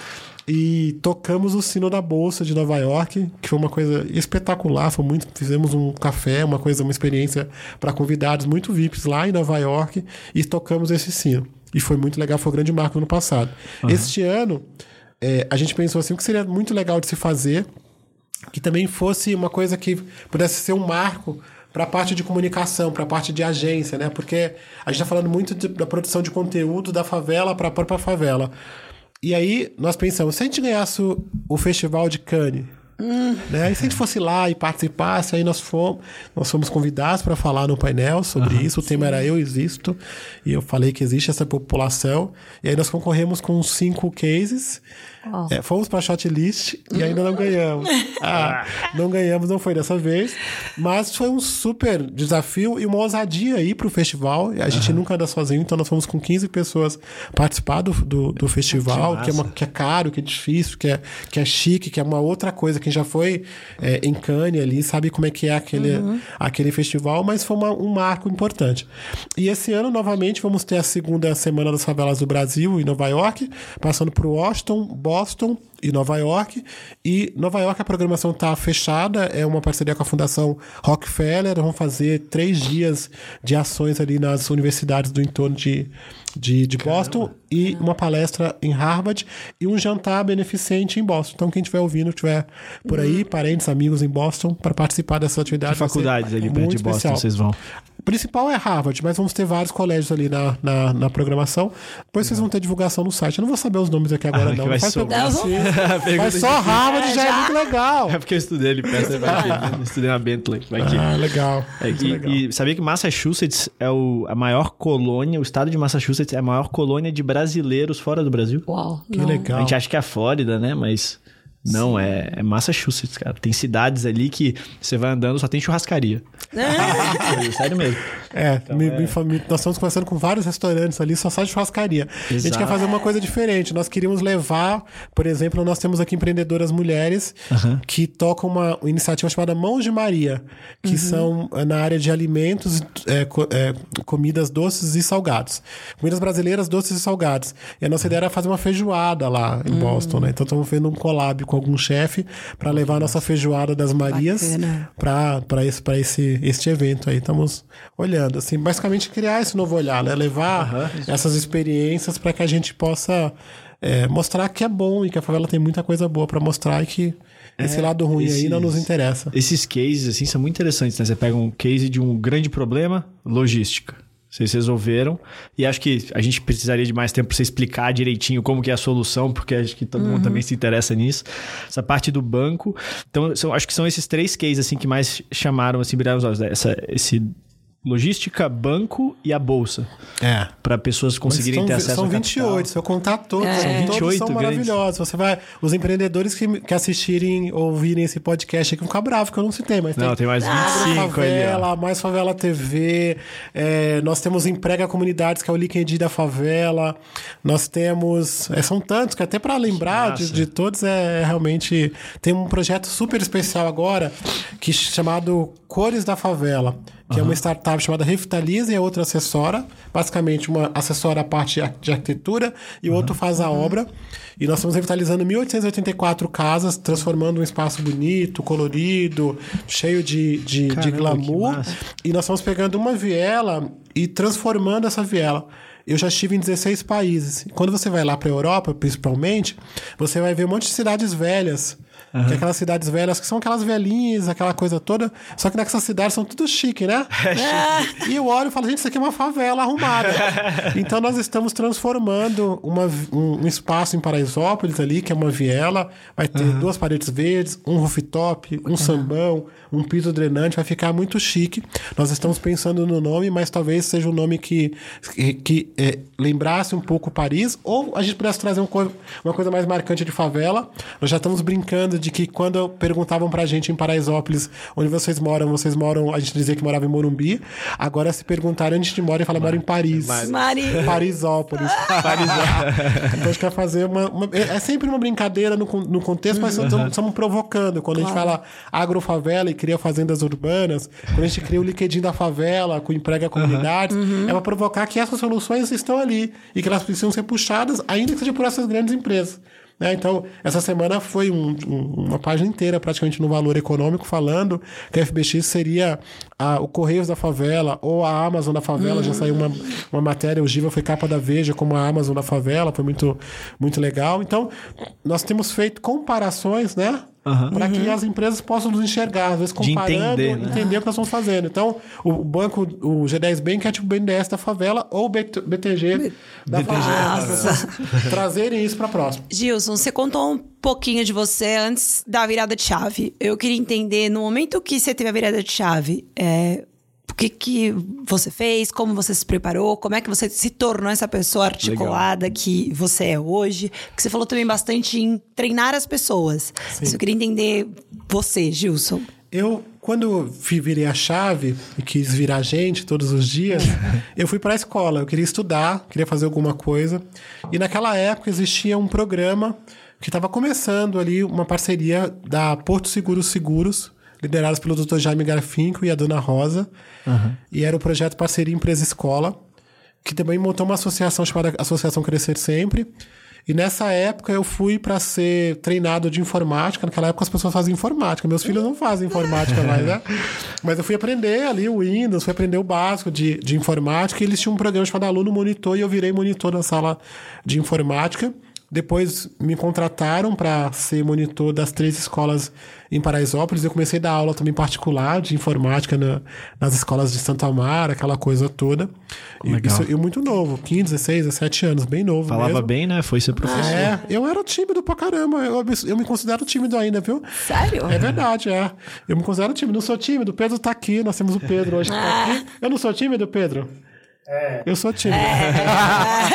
e tocamos o sino da Bolsa de Nova York, que foi uma coisa espetacular, foi muito, fizemos um café, uma coisa, uma experiência para convidados muito V I Ps lá em Nova York e tocamos esse sino. E foi muito legal, foi um grande marco no passado. Uhum. Este ano, é, a gente pensou assim, o que seria muito legal de se fazer, que também fosse uma coisa que pudesse ser um marco para a parte de comunicação, para a parte de agência, né? Porque a gente está falando muito de, da produção de conteúdo da favela para a própria favela. E aí nós pensamos, se a gente ganhasse o, o Festival de Cannes, hum. né? E se a gente fosse lá e participasse, aí nós fomos, nós fomos convidados para falar no painel sobre uhum, isso. O sim. tema era Eu Existo, e eu falei que existe essa população. E aí nós concorremos com cinco cases. Oh. É, fomos para a shortlist e ainda não ganhamos. Ah, não ganhamos, não foi dessa vez. Mas foi um super desafio e uma ousadia ir para o festival. A gente uhum. nunca anda sozinho, então nós fomos com quinze pessoas participar do, do, do festival, que, que, é uma, que é caro, que é difícil, que é, que é chique, que é uma outra coisa. Quem já foi é, em Cannes ali sabe como é que é aquele, uhum. aquele festival, mas foi uma, um marco importante. E esse ano, novamente, vamos ter a segunda Semana das Favelas do Brasil em Nova York, passando por Washington, Boston e Nova York. E Nova York a programação está fechada, é uma parceria com a Fundação Rockefeller. Vamos fazer três dias de ações ali nas universidades do entorno de, de, de Boston. Caramba. E uma palestra em Harvard e um jantar beneficente em Boston. Então quem estiver ouvindo, estiver por aí, parentes, amigos em Boston, para participar dessa atividade. Que faculdades ali perto de Boston especial. Vocês vão? O principal é Harvard, mas vamos ter vários colégios ali na, na, na programação. Depois vocês vão ter divulgação no site. Eu não vou saber os nomes aqui agora, ah, não. Não faz Mas só Harvard é, já, já é muito legal. É porque eu estudei ali perto. Eu estudei na Bentley. Aqui. Ah, legal. É, e, legal. E sabia que Massachusetts é o, a maior colônia, o estado de Massachusetts é a maior colônia de brasileiros fora do Brasil? Uau. Que não. legal. A gente acha que é a Flórida, né? Mas... Não, é, é Massachusetts, cara. Tem cidades ali que você vai andando, só tem churrascaria. É. Sério mesmo. É, então, me, é. Me, nós estamos conversando com vários restaurantes ali, só sai de churrascaria. Exato. A gente quer fazer uma coisa diferente. Nós queríamos levar, por exemplo, nós temos aqui empreendedoras mulheres uhum. que tocam uma iniciativa chamada Mãos de Maria, que uhum. são na área de alimentos, é, é, comidas doces e salgados. Comidas brasileiras, doces e salgados. E a nossa ideia era fazer uma feijoada lá em uhum. Boston, né? Então estamos fazendo um collab com algum chefe para levar a nossa feijoada das Marias para esse, pra esse este evento aí. Estamos olhando, assim, basicamente criar esse novo olhar, né? Levar uhum. essas experiências para que a gente possa é, mostrar que é bom e que a favela tem muita coisa boa para mostrar e que é, esse lado ruim esses, aí não nos interessa. Esses cases, assim, são muito interessantes, né? Você pega um case de um grande problema, logística. Vocês resolveram. E acho que a gente precisaria de mais tempo para você explicar direitinho como que é a solução, porque acho que todo uhum. mundo também se interessa nisso. Essa parte do banco. Então, são, acho que são esses três cases assim, que mais chamaram, assim, brilharam os olhos. Essa, esse logística, banco e a bolsa. É. Para pessoas conseguirem são, ter acesso são ao vinte e oito, capital. se eu contar todos, é. são vinte e oito, todos são grandes. maravilhosos. Você vai, os empreendedores que, que assistirem, ouvirem esse podcast aqui vão ficar bravos, que eu não citei, mas não, tem, tem mais vinte e cinco favela, ali, ó. Mais Favela T V, é, nós temos Emprega Comunidades, que é o LinkedIn da favela, nós temos, é, são tantos, que até para lembrar de, de todos é, é realmente, tem um projeto super especial agora, que, chamado Cores da Favela, que uhum. é uma startup chamada Revitaliza e a outra assessora. Basicamente, uma assessora a parte de arquitetura e o uhum. outro faz a uhum. obra. E nós estamos revitalizando mil oitocentas e oitenta e quatro casas, transformando um espaço bonito, colorido, cheio de, de, Caramba, de glamour. E nós estamos pegando uma viela e transformando essa viela. Eu já estive em dezesseis países. Quando você vai lá para a Europa, principalmente, você vai ver um monte de cidades velhas. Uhum. Que é aquelas cidades velhas, que são aquelas velhinhas, aquela coisa toda. Só que nessas cidades são tudo chique, né? É chique. E eu olho e falo, gente, isso aqui é uma favela arrumada. Então nós estamos transformando uma, um, um espaço em Paraisópolis ali, que é uma viela. Vai ter uhum. duas paredes verdes, um rooftop, um uhum. sambão, um piso drenante. Vai ficar muito chique. Nós estamos pensando no nome, mas talvez seja um nome que, que, que é, lembrasse um pouco Paris. Ou a gente pudesse trazer um co- uma coisa mais marcante de favela. Nós já estamos brincando de que quando perguntavam pra gente em Paraisópolis onde vocês moram, vocês moram, a gente dizia que morava em Morumbi. Agora se perguntarem onde a gente mora, e fala, mora em Paris. Mari. Parisópolis. Parisópolis. Então a gente quer fazer uma, uma... É sempre uma brincadeira no, no contexto, mas uhum. estamos, estamos provocando. Quando claro. A gente fala agrofavela e cria fazendas urbanas, quando a gente cria o LinkedIn da favela, com Emprega Comunidades, uhum. é para provocar que essas soluções estão ali e que elas precisam ser puxadas, ainda que seja por essas grandes empresas. Né? Então, essa semana foi um, um, uma página inteira, praticamente no Valor Econômico, falando que a F B X seria a, o Correios da Favela ou a Amazon da Favela. Uhum. Já saiu uma, uma matéria, o Giva foi capa da Veja como a Amazon da Favela, foi muito, muito legal. Então, nós temos feito comparações, né? Uhum. Para que as empresas possam nos enxergar, às vezes comparando, entender, né? entender o que nós estamos fazendo. Então, o banco, o G dez Bank é tipo o B N D E S da favela ou o B T G B... da B T G. favela. As pessoas trazerem isso para próximo. Gilson, você contou um pouquinho de você antes da virada de chave. Eu queria entender, no momento que você teve a virada de chave, é... o que, que você fez, como você se preparou, como é que você se tornou essa pessoa articulada Legal. Que você é hoje. Porque você falou também bastante em treinar as pessoas. Mas eu queria entender você, Gilson. Eu, quando virei a chave e quis virar gente todos os dias, eu fui para a escola. Eu queria estudar, queria fazer alguma coisa. E naquela época existia um programa que estava começando ali, uma parceria da Porto Seguro Seguros, liderados pelo doutor Jaime Garfinco e a dona Rosa. Uhum. E era o projeto Parceria Empresa-Escola, que também montou uma associação chamada Associação Crescer Sempre. E nessa época eu fui para ser treinado de informática. Naquela época as pessoas faziam informática. Meus filhos não fazem informática mais, né? Mas eu fui aprender ali o Windows, fui aprender o básico de, de informática. E eles tinham um programa chamado Aluno Monitor e eu virei monitor na sala de informática. Depois me contrataram para ser monitor das três escolas em Paraisópolis. Eu comecei a dar aula também particular de informática na, nas escolas de Santo Amaro, aquela coisa toda. E, isso, eu muito novo, quinze, dezesseis, dezessete anos, bem novo. Falava mesmo. bem, né? Foi ser professor. É, eu era tímido pra caramba. Eu, eu me considero tímido ainda, viu? Sério? É verdade, é. Eu me considero tímido. Não sou tímido. O Pedro tá aqui, nós temos o Pedro hoje que tá aqui. Eu não sou tímido, Pedro? É. Eu sou tímido. É.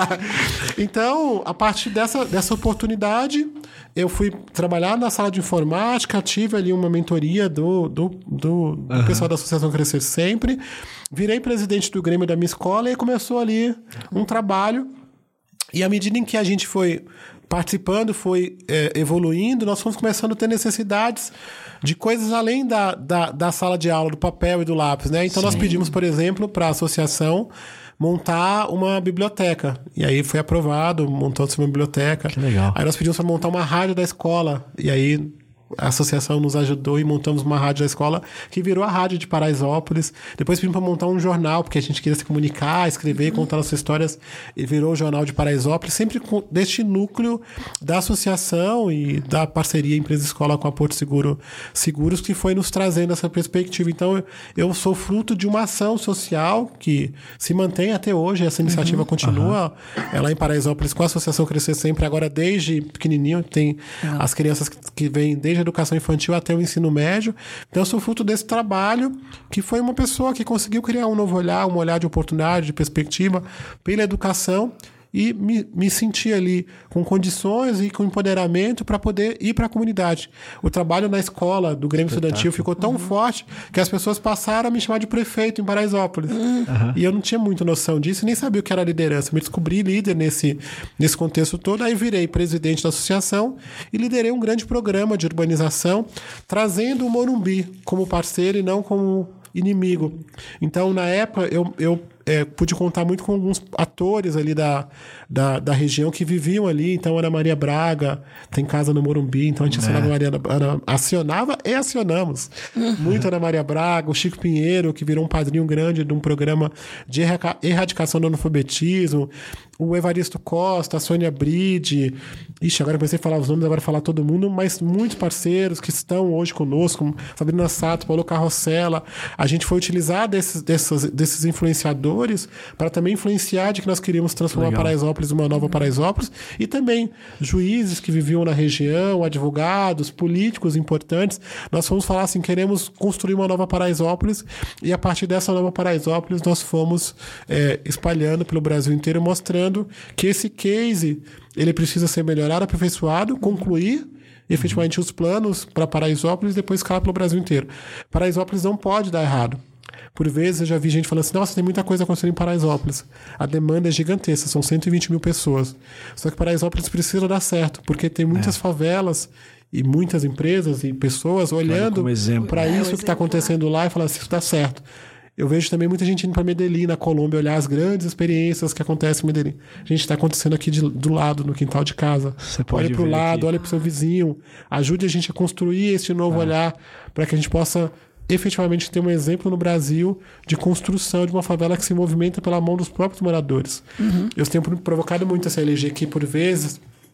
Então, a partir dessa, dessa oportunidade, eu fui trabalhar na sala de informática, tive ali uma mentoria do, do, do, do uhum. pessoal da Associação Crescer Sempre, virei presidente do Grêmio da minha escola e começou ali um trabalho. E à medida em que a gente foi participando, foi é, evoluindo, nós fomos começando a ter necessidades de coisas além da, da, da sala de aula, do papel e do lápis, né? Então Sim. nós pedimos, por exemplo, para a associação montar uma biblioteca. E aí foi aprovado, montou-se uma biblioteca. Que legal. Aí nós pedimos para montar uma rádio da escola. E aí a associação nos ajudou e montamos uma rádio da escola que virou a rádio de Paraisópolis. Depois pedimos para montar um jornal, porque a gente queria se comunicar, escrever e contar nossas histórias. E virou o Jornal de Paraisópolis, sempre com, deste núcleo da associação e da parceria empresa-escola com a Porto Seguro Seguros, que foi nos trazendo essa perspectiva. Então, eu, eu sou fruto de uma ação social que se mantém até hoje. Essa iniciativa uhum. continua. Uhum. Ela em Paraisópolis com a Associação Crescer Sempre. Agora, desde pequenininho, tem uhum. as crianças que vêm desde a educação infantil até o ensino médio. Então, eu sou fruto desse trabalho, que foi uma pessoa que conseguiu criar um novo olhar, um olhar de oportunidade, de perspectiva pela educação e me, me senti ali com condições e com empoderamento para poder ir para a comunidade. O trabalho na escola do Grêmio Estudantil ficou tão uhum. forte que as pessoas passaram a me chamar de prefeito em Paraisópolis. Uhum. E eu não tinha muita noção disso, nem sabia o que era liderança. Me descobri líder nesse, nesse contexto todo, aí virei presidente da associação e liderei um grande programa de urbanização, trazendo o Morumbi como parceiro e não como inimigo. Então, na época, eu... eu É, pude contar muito com alguns atores ali da, da, da região que viviam ali. Então, Ana Maria Braga tem casa no Morumbi, então a gente acionava, é. Maria, Ana, acionava e acionamos uhum. muito Ana Maria Braga, o Chico Pinheiro, que virou um padrinho grande de um programa de erradicação do analfabetismo, o Evaristo Costa, a Sônia Bride. Ixi, agora eu comecei a falar os nomes, agora falar todo mundo, mas muitos parceiros que estão hoje conosco, como Sabrina Sato, Paulo Carrossela. A gente foi utilizar desses, desses, desses influenciadores para também influenciar de que nós queríamos transformar Legal. Paraisópolis numa nova Paraisópolis, e também juízes que viviam na região, advogados, políticos importantes. Nós fomos falar assim, queremos construir uma nova Paraisópolis, e a partir dessa nova Paraisópolis nós fomos é, espalhando pelo Brasil inteiro, mostrando que esse case ele precisa ser melhorado, aperfeiçoado, concluir efetivamente os planos para Paraisópolis e depois escalar pelo Brasil inteiro. Paraisópolis não pode dar errado. Por vezes eu já vi gente falando assim, nossa, tem muita coisa acontecendo em Paraisópolis. A demanda é gigantesca, são cento e vinte mil pessoas. Só que Paraisópolis precisa dar certo, porque tem muitas é. favelas e muitas empresas e pessoas olhando para né? isso é, que está acontecendo lá e falando assim, isso dá certo. Eu vejo também muita gente indo para Medellín, na Colômbia, olhar as grandes experiências que acontecem em Medellín. A gente está acontecendo aqui de, do lado, no quintal de casa. Você pode olha para o lado, aqui. olha para o seu vizinho. Ajude a gente a construir esse novo ah. olhar para que a gente possa efetivamente ter um exemplo no Brasil de construção de uma favela que se movimenta pela mão dos próprios moradores. Uhum. Eu tenho provocado muito essa L G que, por vezes,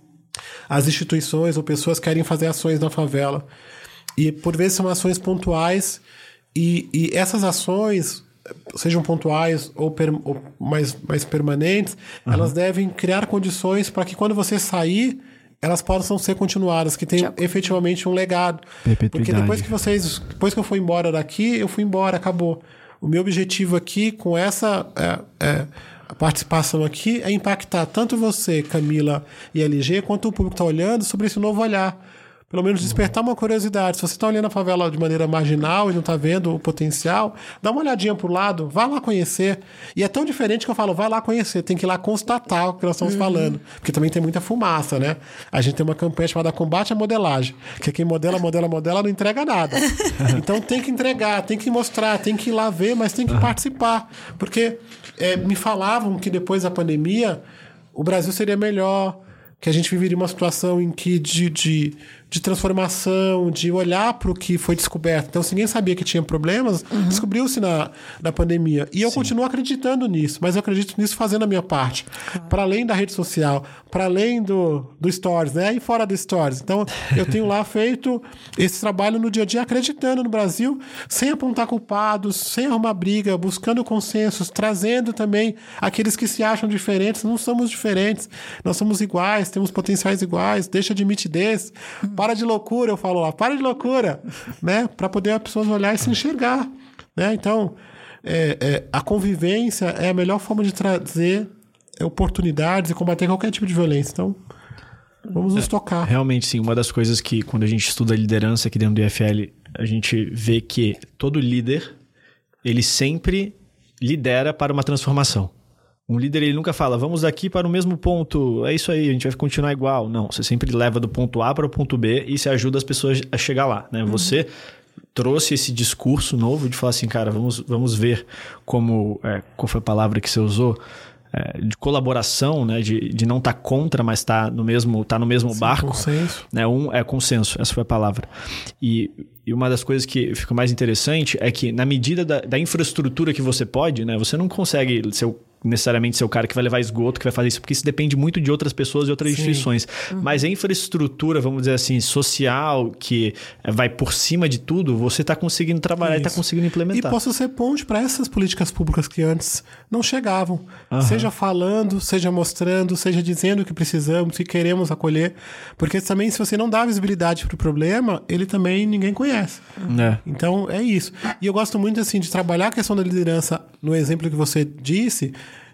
as instituições ou pessoas querem fazer ações na favela. E, por vezes, são ações pontuais. E, e essas ações, sejam pontuais ou, per, ou mais, mais permanentes, uhum. elas devem criar condições para que quando você sair, elas possam ser continuadas, que tenham efetivamente um legado. Porque depois que vocês, depois que eu fui embora daqui, eu fui embora, acabou. O meu objetivo aqui, com essa é, é, a participação aqui, é impactar tanto você, Camila e L G, quanto o público que está olhando sobre esse novo olhar. Pelo menos despertar uma curiosidade. Se você está olhando a favela de maneira marginal e não está vendo o potencial, dá uma olhadinha para o lado, vá lá conhecer. E é tão diferente que eu falo, vai lá conhecer, tem que ir lá constatar o que nós estamos uhum. falando. Porque também tem muita fumaça, né? A gente tem uma campanha chamada Combate à Modelagem, que quem modela, modela, modela, não entrega nada. Então tem que entregar, tem que mostrar, tem que ir lá ver, mas tem que uhum. participar. Porque é, me falavam que depois da pandemia o Brasil seria melhor, que a gente viveria uma situação em que de, de, de transformação, de olhar para o que foi descoberto. Então, se ninguém sabia que tinha problemas, uhum. descobriu-se na, na pandemia. E eu Sim. continuo acreditando nisso, mas eu acredito nisso fazendo a minha parte. Claro. Para além da rede social, para além do, do Stories, né? E fora do Stories. Então, eu tenho lá feito esse trabalho no dia a dia, acreditando no Brasil, sem apontar culpados, sem arrumar briga, buscando consensos, trazendo também aqueles que se acham diferentes. Não somos diferentes, nós somos iguais, temos potenciais iguais, deixa de mitidez, para de loucura, eu falo lá, para de loucura, né? Para poder as pessoas olhar e se enxergar, né? Então, é, é, a convivência é a melhor forma de trazer oportunidades e combater qualquer tipo de violência. Então, vamos nos tocar. É, realmente, sim. Uma das coisas que, quando a gente estuda liderança aqui dentro do I F L, a gente vê que todo líder, ele sempre lidera para uma transformação. Um líder, ele nunca fala, vamos daqui para o mesmo ponto, é isso aí, a gente vai continuar igual. Não, você sempre leva do ponto A para o ponto B e você ajuda as pessoas a chegar lá, né? Uhum. Você trouxe esse discurso novo de falar assim, cara, vamos, vamos ver como... É, qual foi a palavra que você usou? É, de colaboração, né? De, de não estar tá contra, mas estar tá no mesmo, tá no mesmo Sim, barco. Consenso. Né? Um, é consenso, essa foi a palavra. E, e uma das coisas que fica mais interessante é que na medida da, da infraestrutura que você pode, né? Você não consegue ser o necessariamente ser o cara que vai levar esgoto, que vai fazer isso, porque isso depende muito de outras pessoas e outras Sim. instituições. Uhum. Mas a infraestrutura, vamos dizer assim, social, que vai por cima de tudo, você está conseguindo trabalhar isso. e está conseguindo implementar. E possa ser ponte para essas políticas públicas que antes não chegavam. Uhum. Seja falando, seja mostrando, seja dizendo o que precisamos, que queremos acolher. Porque também, se você não dá visibilidade para o problema, ele também ninguém conhece. É. Então, é isso. E eu gosto muito assim, de trabalhar a questão da liderança no exemplo que você disse,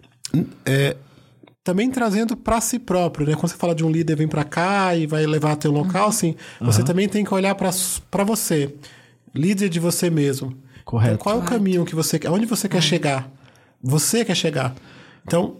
É, também trazendo para si próprio, né? Quando você fala de um líder vem para cá e vai levar até um local, assim, uhum. você também tem que olhar para você, líder de você mesmo. Correto. Então, qual é o caminho que você quer? Aonde você quer chegar? Você quer chegar. Então,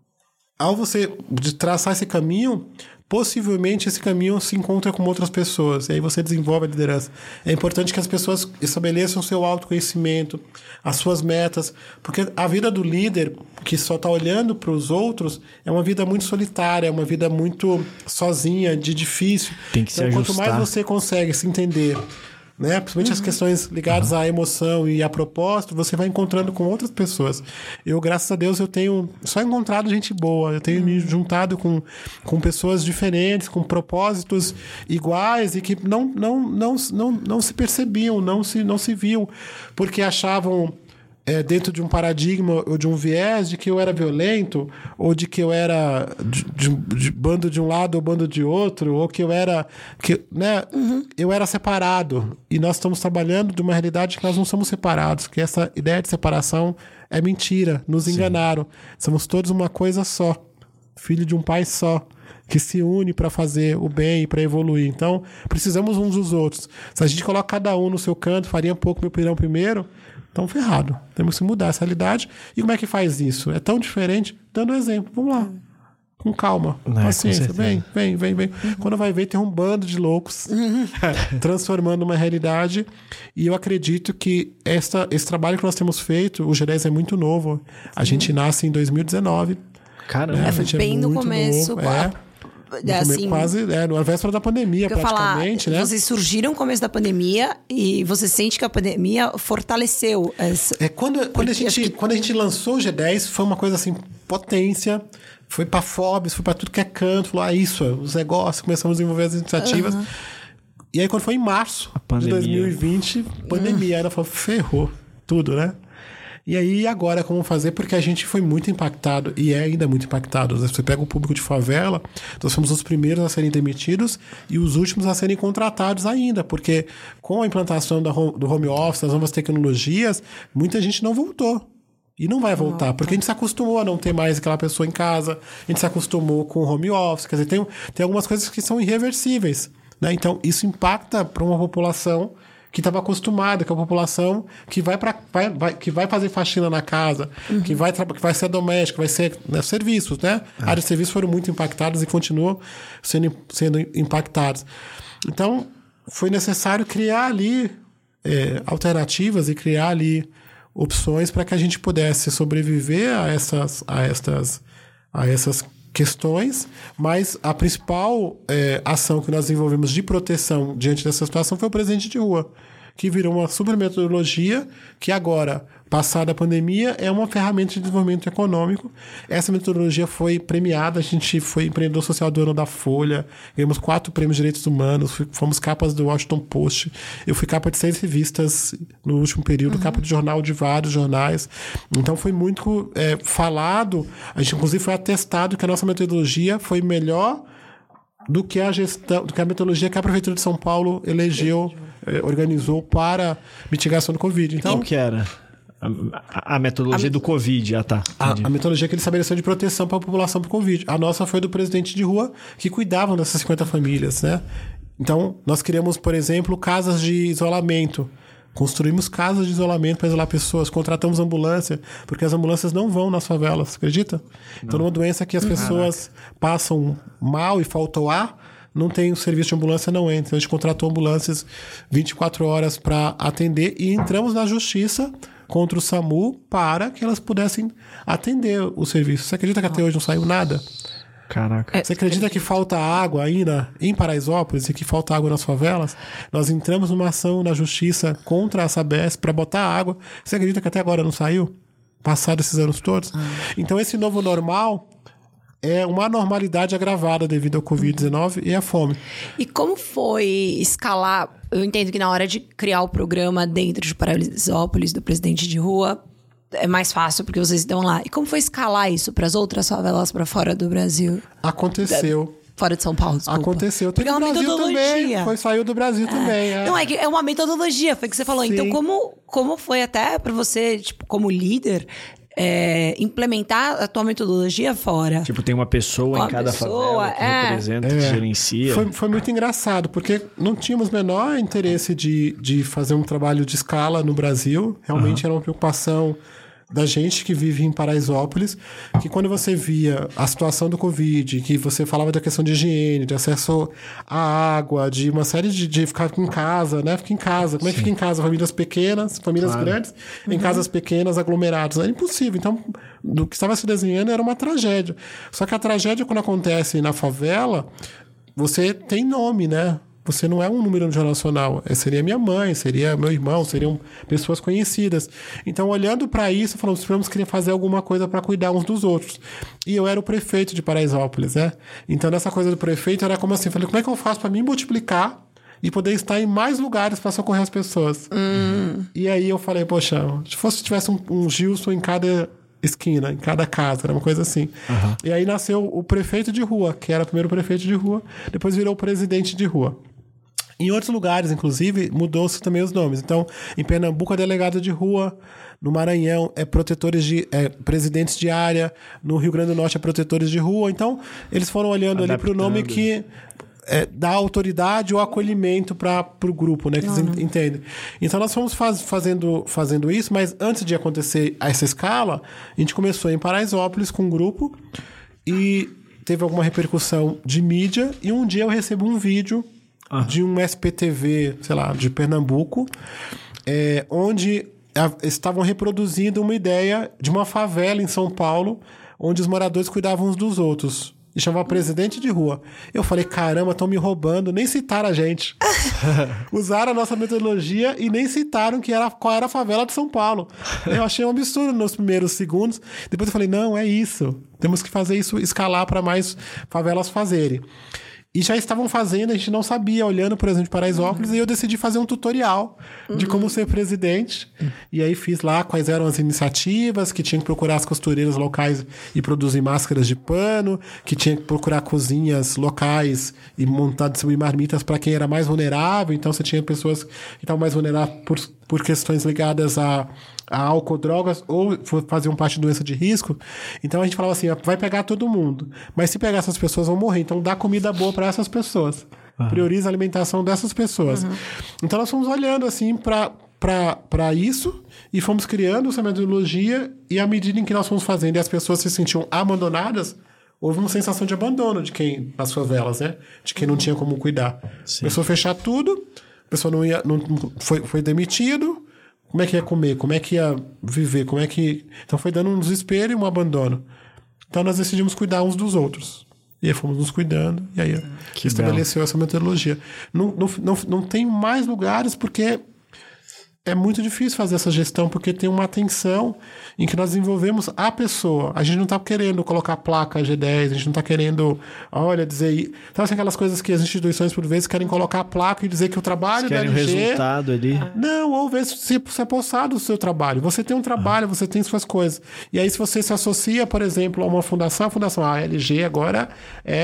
ao você traçar esse caminho, possivelmente esse caminho se encontra com outras pessoas. E aí você desenvolve a liderança. É importante que as pessoas estabeleçam o seu autoconhecimento, as suas metas, porque a vida do líder que só está olhando para os outros é uma vida muito solitária, é uma vida muito sozinha, de difícil. Tem que então, se quanto ajustar. mais você consegue se entender, né? Principalmente uhum. as questões ligadas uhum. à emoção e a propósito, você vai encontrando com outras pessoas. Eu, graças a Deus, eu tenho só encontrado gente boa, eu tenho uhum. me juntado com, com pessoas diferentes, com propósitos iguais e que não, não, não, não, não se percebiam, não se, não se viam, porque achavam é, dentro de um paradigma ou de um viés de que eu era violento, ou de que eu era de, de, de bando de um lado ou bando de outro, ou que eu era, que, né, uhum. eu era separado. E nós estamos trabalhando de uma realidade que nós não somos separados, que essa ideia de separação é mentira, nos Sim. enganaram. Somos todos uma coisa só, filho de um pai só, que se une para fazer o bem e para evoluir. Então, precisamos uns dos outros. Se a gente coloca cada um no seu canto, faria um pouco meu pirão primeiro, então ferrado. Temos que mudar essa realidade. E como é que faz isso? É tão diferente, dando exemplo. Vamos lá. com calma, É, paciência, com vem, vem, vem, vem. Uhum. Quando vai ver, tem um bando de loucos uhum. transformando uma realidade. E eu acredito que esta, esse trabalho que nós temos feito, o G dez é muito novo. A uhum. gente nasce em dois mil e dezenove. Caramba, né? Foi bem é no começo. Novo, é. Assim, quase, é, na véspera da pandemia, praticamente, falar, né? Vocês surgiram no começo da pandemia e você sente que a pandemia fortaleceu essa... É, quando, quando, a gente, que... quando a gente lançou o G dez, foi uma coisa assim, potência, foi pra Forbes, foi pra tudo que é canto, falou, ah, isso, os negócios, começamos a desenvolver as iniciativas. Uhum. E aí, quando foi em março de dois mil e vinte, pandemia, uhum. aí ela falou, ferrou tudo, né? E aí, agora, como fazer? Porque a gente foi muito impactado, e é ainda muito impactado. Você pega o público de favela, nós fomos os primeiros a serem demitidos e os últimos a serem contratados ainda, porque com a implantação do home office, das novas tecnologias, muita gente não voltou. E não vai voltar, porque a gente se acostumou a não ter mais aquela pessoa em casa, a gente se acostumou com o home office, quer dizer, tem, tem algumas coisas que são irreversíveis, né? Então, isso impacta para uma população que estava acostumada, que é a população que vai, pra, vai, vai, que vai fazer faxina na casa, uhum. que, vai, que vai ser doméstico, vai ser, né, serviços, né? Ah. Áreas de serviços foram muito impactadas e continuam sendo, sendo impactadas. Então, foi necessário criar ali é, alternativas e criar ali opções para que a gente pudesse sobreviver a essas, a estas, a essas questões, mas a principal é, ação que nós desenvolvemos de proteção diante dessa situação foi o presente de rua, que virou uma super metodologia que agora, passada a pandemia, é uma ferramenta de desenvolvimento econômico. Essa metodologia foi premiada, a gente foi empreendedor social do ano da Folha, ganhamos quatro prêmios de direitos humanos, fomos capas do Washington Post, eu fui capa de seis revistas no último período, uhum. capa de jornal de vários jornais. Então foi muito é, falado, a gente inclusive foi atestado que a nossa metodologia foi melhor do que a gestão, do que a metodologia que a Prefeitura de São Paulo elegeu, eh, organizou para mitigação do Covid. Então, qual que era? A, a metodologia a, do Covid, ah tá. A, a metodologia que ele estabeleceu de proteção para a população por Covid. A nossa foi do presidente de rua, que cuidavam dessas cinquenta famílias, né? Então, nós criamos, por exemplo, casas de isolamento. Construímos casas de isolamento para isolar pessoas, contratamos ambulância, porque as ambulâncias não vão nas favelas, acredita? Não. Então, numa doença que as pessoas Caraca. passam mal e falta o ar, não tem o serviço de ambulância, não entra. Então, a gente contratou ambulâncias vinte e quatro horas para atender e entramos na justiça contra o SAMU para que elas pudessem atender o serviço. Você acredita que até hoje não saiu nada? Caraca. Você acredita que falta água ainda em Paraisópolis e que falta água nas favelas? Nós entramos numa ação na justiça contra a Sabesp para botar água. Você acredita que até agora não saiu? Passados esses anos todos? Ah. Então esse novo normal é uma normalidade agravada devido ao covid dezenove uhum. e à fome. E como foi escalar? Eu entendo que na hora de criar o programa dentro de Paraisópolis, do presidente de rua, é mais fácil porque vocês estão lá. E como foi escalar isso para as outras favelas para fora do Brasil? Aconteceu. Fora de São Paulo, desculpa. Aconteceu. Porque é uma Brasil metodologia. Também. Foi, saiu do Brasil é. também. É. Não, é que é uma metodologia, foi o que você falou. Sim. Então, como, como foi até para você, tipo, como líder, é, implementar a tua metodologia fora? Tipo, tem uma pessoa uma em cada pessoa, favela que é. representa, é. que gerencia. Foi, foi muito engraçado, porque não tínhamos menor interesse de, de fazer um trabalho de escala no Brasil. Realmente uhum. era uma preocupação da gente que vive em Paraisópolis, que quando você via a situação do Covid, que você falava da questão de higiene, de acesso à água, de uma série de, de ficar em casa, né? Fica em casa. Como é que fica em casa? Famílias pequenas, famílias claro. grandes, uhum. em casas pequenas, aglomerados. Era impossível. Então, do que estava se desenhando era uma tragédia. Só que a tragédia, quando acontece na favela, você tem nome, né? Você não é um número no Jornal Nacional. Seria minha mãe, seria meu irmão, seriam pessoas conhecidas. Então, olhando para isso, falamos, vamos querer fazer alguma coisa para cuidar uns dos outros. E eu era o prefeito de Paraisópolis, né? Então, nessa coisa do prefeito, era como assim, falei, como é que eu faço para me multiplicar e poder estar em mais lugares para socorrer as pessoas? Hum. E aí eu falei, poxa, se fosse tivesse um, um Gilson em cada esquina, em cada casa, era uma coisa assim. Uhum. E aí nasceu o prefeito de rua, que era o primeiro prefeito de rua, depois virou o presidente de rua. Em outros lugares, inclusive, mudou-se também os nomes. Então, em Pernambuco é delegado de rua, no Maranhão é protetores de é, presidentes de área, no Rio Grande do Norte é protetores de rua. Então, eles foram olhando Adaptando. ali para o nome que é, dá autoridade ou acolhimento para o grupo, né? Que eles uhum. entendem. Então, nós fomos faz, fazendo, fazendo isso, mas antes de acontecer essa escala, a gente começou em Paraisópolis com um grupo e teve alguma repercussão de mídia e um dia eu recebo um vídeo ah. de um S P T V, sei lá, de Pernambuco, é, onde a, estavam reproduzindo uma ideia de uma favela em São Paulo, onde os moradores cuidavam uns dos outros. E chamava Presidente de Rua. Eu falei, caramba, estão me roubando. Nem citaram a gente. Usaram a nossa metodologia e nem citaram que era, qual era a favela de São Paulo. Eu achei um absurdo nos primeiros segundos. Depois eu falei, não, é isso. Temos que fazer isso, escalar para mais favelas fazerem. E já estavam fazendo, a gente não sabia, olhando, por exemplo, de Paraisópolis, uhum. e eu decidi fazer um tutorial uhum. de como ser presidente. Uhum. E aí fiz lá quais eram as iniciativas, que tinha que procurar as costureiras locais e produzir máscaras de pano, que tinha que procurar cozinhas locais e montar, distribuir marmitas para quem era mais vulnerável. Então você tinha pessoas que estavam mais vulneráveis por, por questões ligadas a... a álcool, drogas, ou faziam parte de doença de risco. Então a gente falava assim, vai pegar todo mundo. Mas se pegar essas pessoas, vão morrer. Então dá comida boa para essas pessoas. Uhum. Prioriza a alimentação dessas pessoas. Uhum. Então nós fomos olhando assim para isso e fomos criando essa metodologia, e à medida em que nós fomos fazendo e as pessoas se sentiam abandonadas, houve uma sensação de abandono de quem, nas favelas, né? De quem não tinha como cuidar. Sim. Começou a fechar tudo, a pessoa não ia, não, foi, foi demitido. Como é que ia comer? Como é que ia viver? Como é que... Então foi dando um desespero e um abandono. Então nós decidimos cuidar uns dos outros. E aí fomos nos cuidando. E aí que estabeleceu belo. Essa metodologia. Não, não, não, não tem mais lugares porque é muito difícil fazer essa gestão, porque tem uma atenção em que nós desenvolvemos a pessoa. A gente não está querendo colocar placa G dez, a gente não está querendo, olha, dizer... Então, assim, aquelas coisas que as instituições, por vezes, querem colocar a placa e dizer que o trabalho da L G... Querem o resultado ali. Não, ou ver se, se é postado o seu trabalho. Você tem um trabalho, ah. você tem suas coisas. E aí, se você se associa, por exemplo, a uma fundação, a fundação, a L G agora é...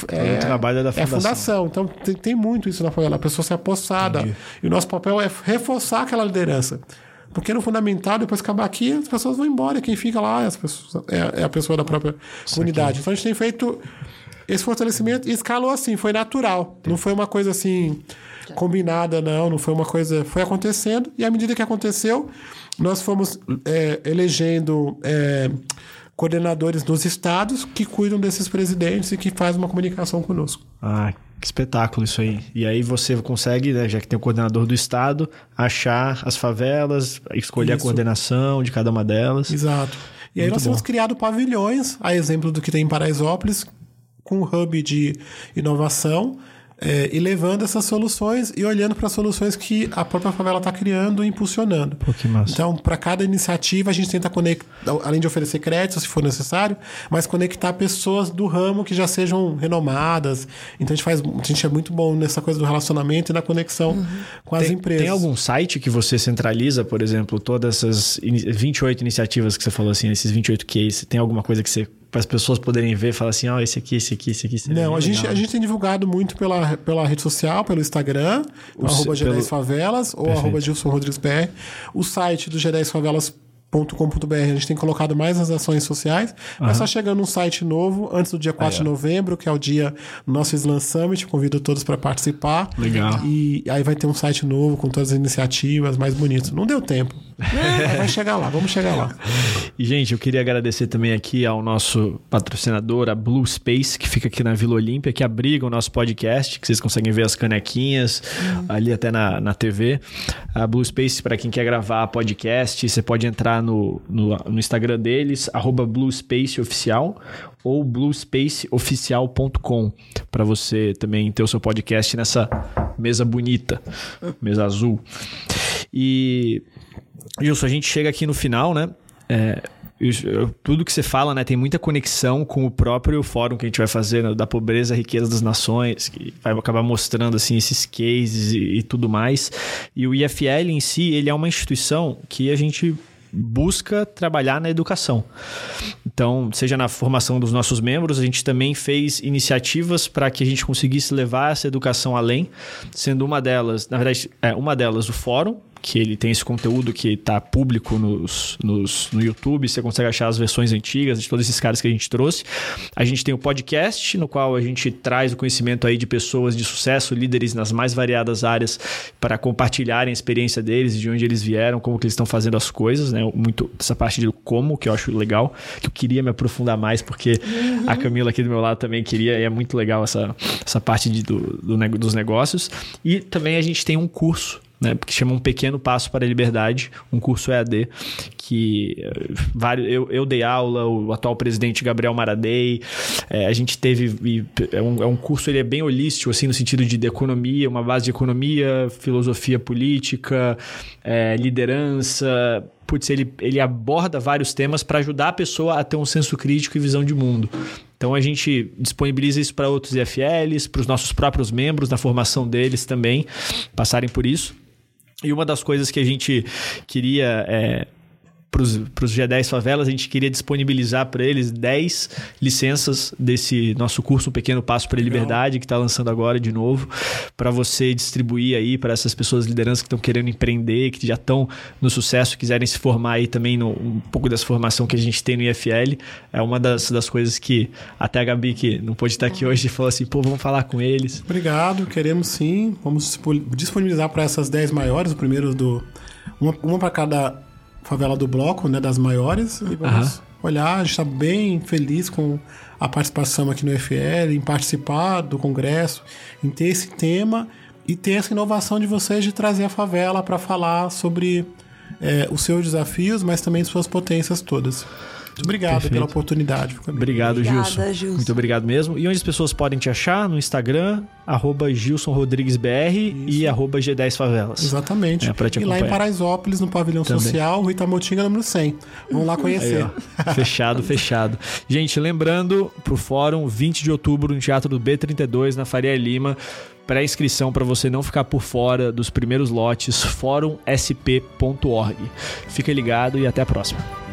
é o trabalho da fundação. É fundação. Então, tem, tem muito isso na favela. A pessoa se apossada. Entendi. E o nosso papel é reforçar aquela liderança. Porque no fundamental, depois que acabar aqui, as pessoas vão embora. Quem fica lá as pessoas, é, é a pessoa da própria Isso comunidade. Aqui. Então a gente tem feito esse fortalecimento e escalou assim, foi natural. Não foi uma coisa assim combinada, não. Não foi uma coisa... Foi acontecendo, e à medida que aconteceu, nós fomos é, elegendo é, coordenadores nos estados que cuidam desses presidentes e que fazem uma comunicação conosco. Ah, que espetáculo isso aí. E aí você consegue, né, já que tem o coordenador do estado, achar as favelas, escolher isso. a coordenação de cada uma delas. Exato. E aí Muito nós bom. temos criado pavilhões, a exemplo do que tem em Paraisópolis, com um hub de inovação, é, e levando essas soluções e olhando para as soluções que a própria favela está criando e impulsionando. Pô, que massa. Então, para cada iniciativa, a gente tenta conectar, além de oferecer crédito, se for necessário, mas conectar pessoas do ramo que já sejam renomadas. Então, a gente, faz, a gente é muito bom nessa coisa do relacionamento e na conexão uhum. com as tem, empresas. Tem algum site que você centraliza, por exemplo, todas essas vinte e oito iniciativas que você falou, assim, esses vinte e oito cases? Tem alguma coisa que você... para as pessoas poderem ver, falar assim, ó, oh, esse aqui, esse aqui, esse aqui. Não, a gente, a gente tem divulgado muito pela, pela rede social, pelo Instagram, o arroba G dez Favelas, ou Perfeito. arroba Gilson Rodrigues B R. O site do G dez Favelas ponto com ponto b r, a gente tem colocado mais as ações sociais, uhum. mas está chegando um site novo antes do dia quatro de novembro, que é o dia do nosso Slam Summit. Convido todos para participar. Legal. E aí vai ter um site novo com todas as iniciativas mais bonitas. Não deu tempo. É, vai chegar lá, vamos chegar lá. E, gente, eu queria agradecer também aqui ao nosso patrocinador, a Blue Space, que fica aqui na Vila Olímpia, que abriga o nosso podcast, que vocês conseguem ver as canequinhas uhum. ali até na, na T V. A Blue Space, para quem quer gravar podcast, você pode entrar no, no, no Instagram deles, arroba Blue Space Oficial, ou blue space oficial ponto com, para você também ter o seu podcast nessa mesa bonita, mesa azul. E... Gilson, a gente chega aqui no final, né? É, eu, eu, tudo que você fala, né, tem muita conexão com o próprio fórum que a gente vai fazer, né, da pobreza e riqueza das nações, que vai acabar mostrando assim, esses cases e, e tudo mais. E o I F L em si, ele é uma instituição que a gente busca trabalhar na educação. Então, seja na formação dos nossos membros, a gente também fez iniciativas para que a gente conseguisse levar essa educação além, sendo uma delas, na verdade, é uma delas o fórum, que ele tem esse conteúdo que está público nos, nos, no YouTube, você consegue achar as versões antigas de todos esses caras que a gente trouxe. A gente tem o podcast, no qual a gente traz o conhecimento aí de pessoas de sucesso, líderes nas mais variadas áreas, para compartilharem a experiência deles, de onde eles vieram, como que eles estão fazendo as coisas, né? Muito essa parte do como, que eu acho legal, que eu queria me aprofundar mais, porque uhum. a Camila aqui do meu lado também queria, e é muito legal essa, essa parte de, do, do, dos negócios. E também a gente tem um curso, né, que chama Um Pequeno Passo para a Liberdade, um curso E A D, que vários, eu, eu dei aula, o atual presidente Gabriel Maradei, é, a gente teve, é um, é um curso, ele é bem holístico, assim, no sentido de, de economia, uma base de economia, filosofia política, é, liderança. Putz, ele, ele aborda vários temas para ajudar a pessoa a ter um senso crítico e visão de mundo. Então a gente disponibiliza isso para outros I F Ls, para os nossos próprios membros, na formação deles também, passarem por isso. E uma das coisas que a gente queria, é, para os G dez Favelas, a gente queria disponibilizar para eles dez licenças desse nosso curso Um Pequeno Passo para a Liberdade, que está lançando agora de novo, para você distribuir aí para essas pessoas de liderança que estão querendo empreender, que já estão no sucesso, quiserem se formar aí também, no, um pouco dessa formação que a gente tem no I F L. É uma das, das coisas que até a Gabi, que não pôde estar aqui hoje, falou assim, pô, vamos falar com eles. Obrigado, queremos sim. Vamos disponibilizar para essas dez maiores, o primeiro do... Uma, uma para cada favela do bloco, né, das maiores, e vamos uhum. olhar. A gente está bem feliz com a participação aqui no I F L, em participar do congresso, em ter esse tema e ter essa inovação de vocês de trazer a favela para falar sobre é, os seus desafios, mas também suas potências todas. Muito obrigado Perfeito. Pela oportunidade. Obrigado, Obrigada, Gilson. Gilson. Muito obrigado mesmo. E onde as pessoas podem te achar? No Instagram, arroba Gilson Rodrigues B R e arroba G dez Favelas. Exatamente. É, pra te e acompanhar. Lá em Paraisópolis, no Pavilhão Também. Social, Rui Tamotinga, número cem. Vamos lá conhecer. Aí, fechado, fechado. Gente, lembrando, pro fórum, vinte de outubro, no Teatro do B trinta e dois, na Faria Lima. Pré-inscrição para você não ficar por fora dos primeiros lotes, fórum s p ponto org. Fica ligado e até a próxima.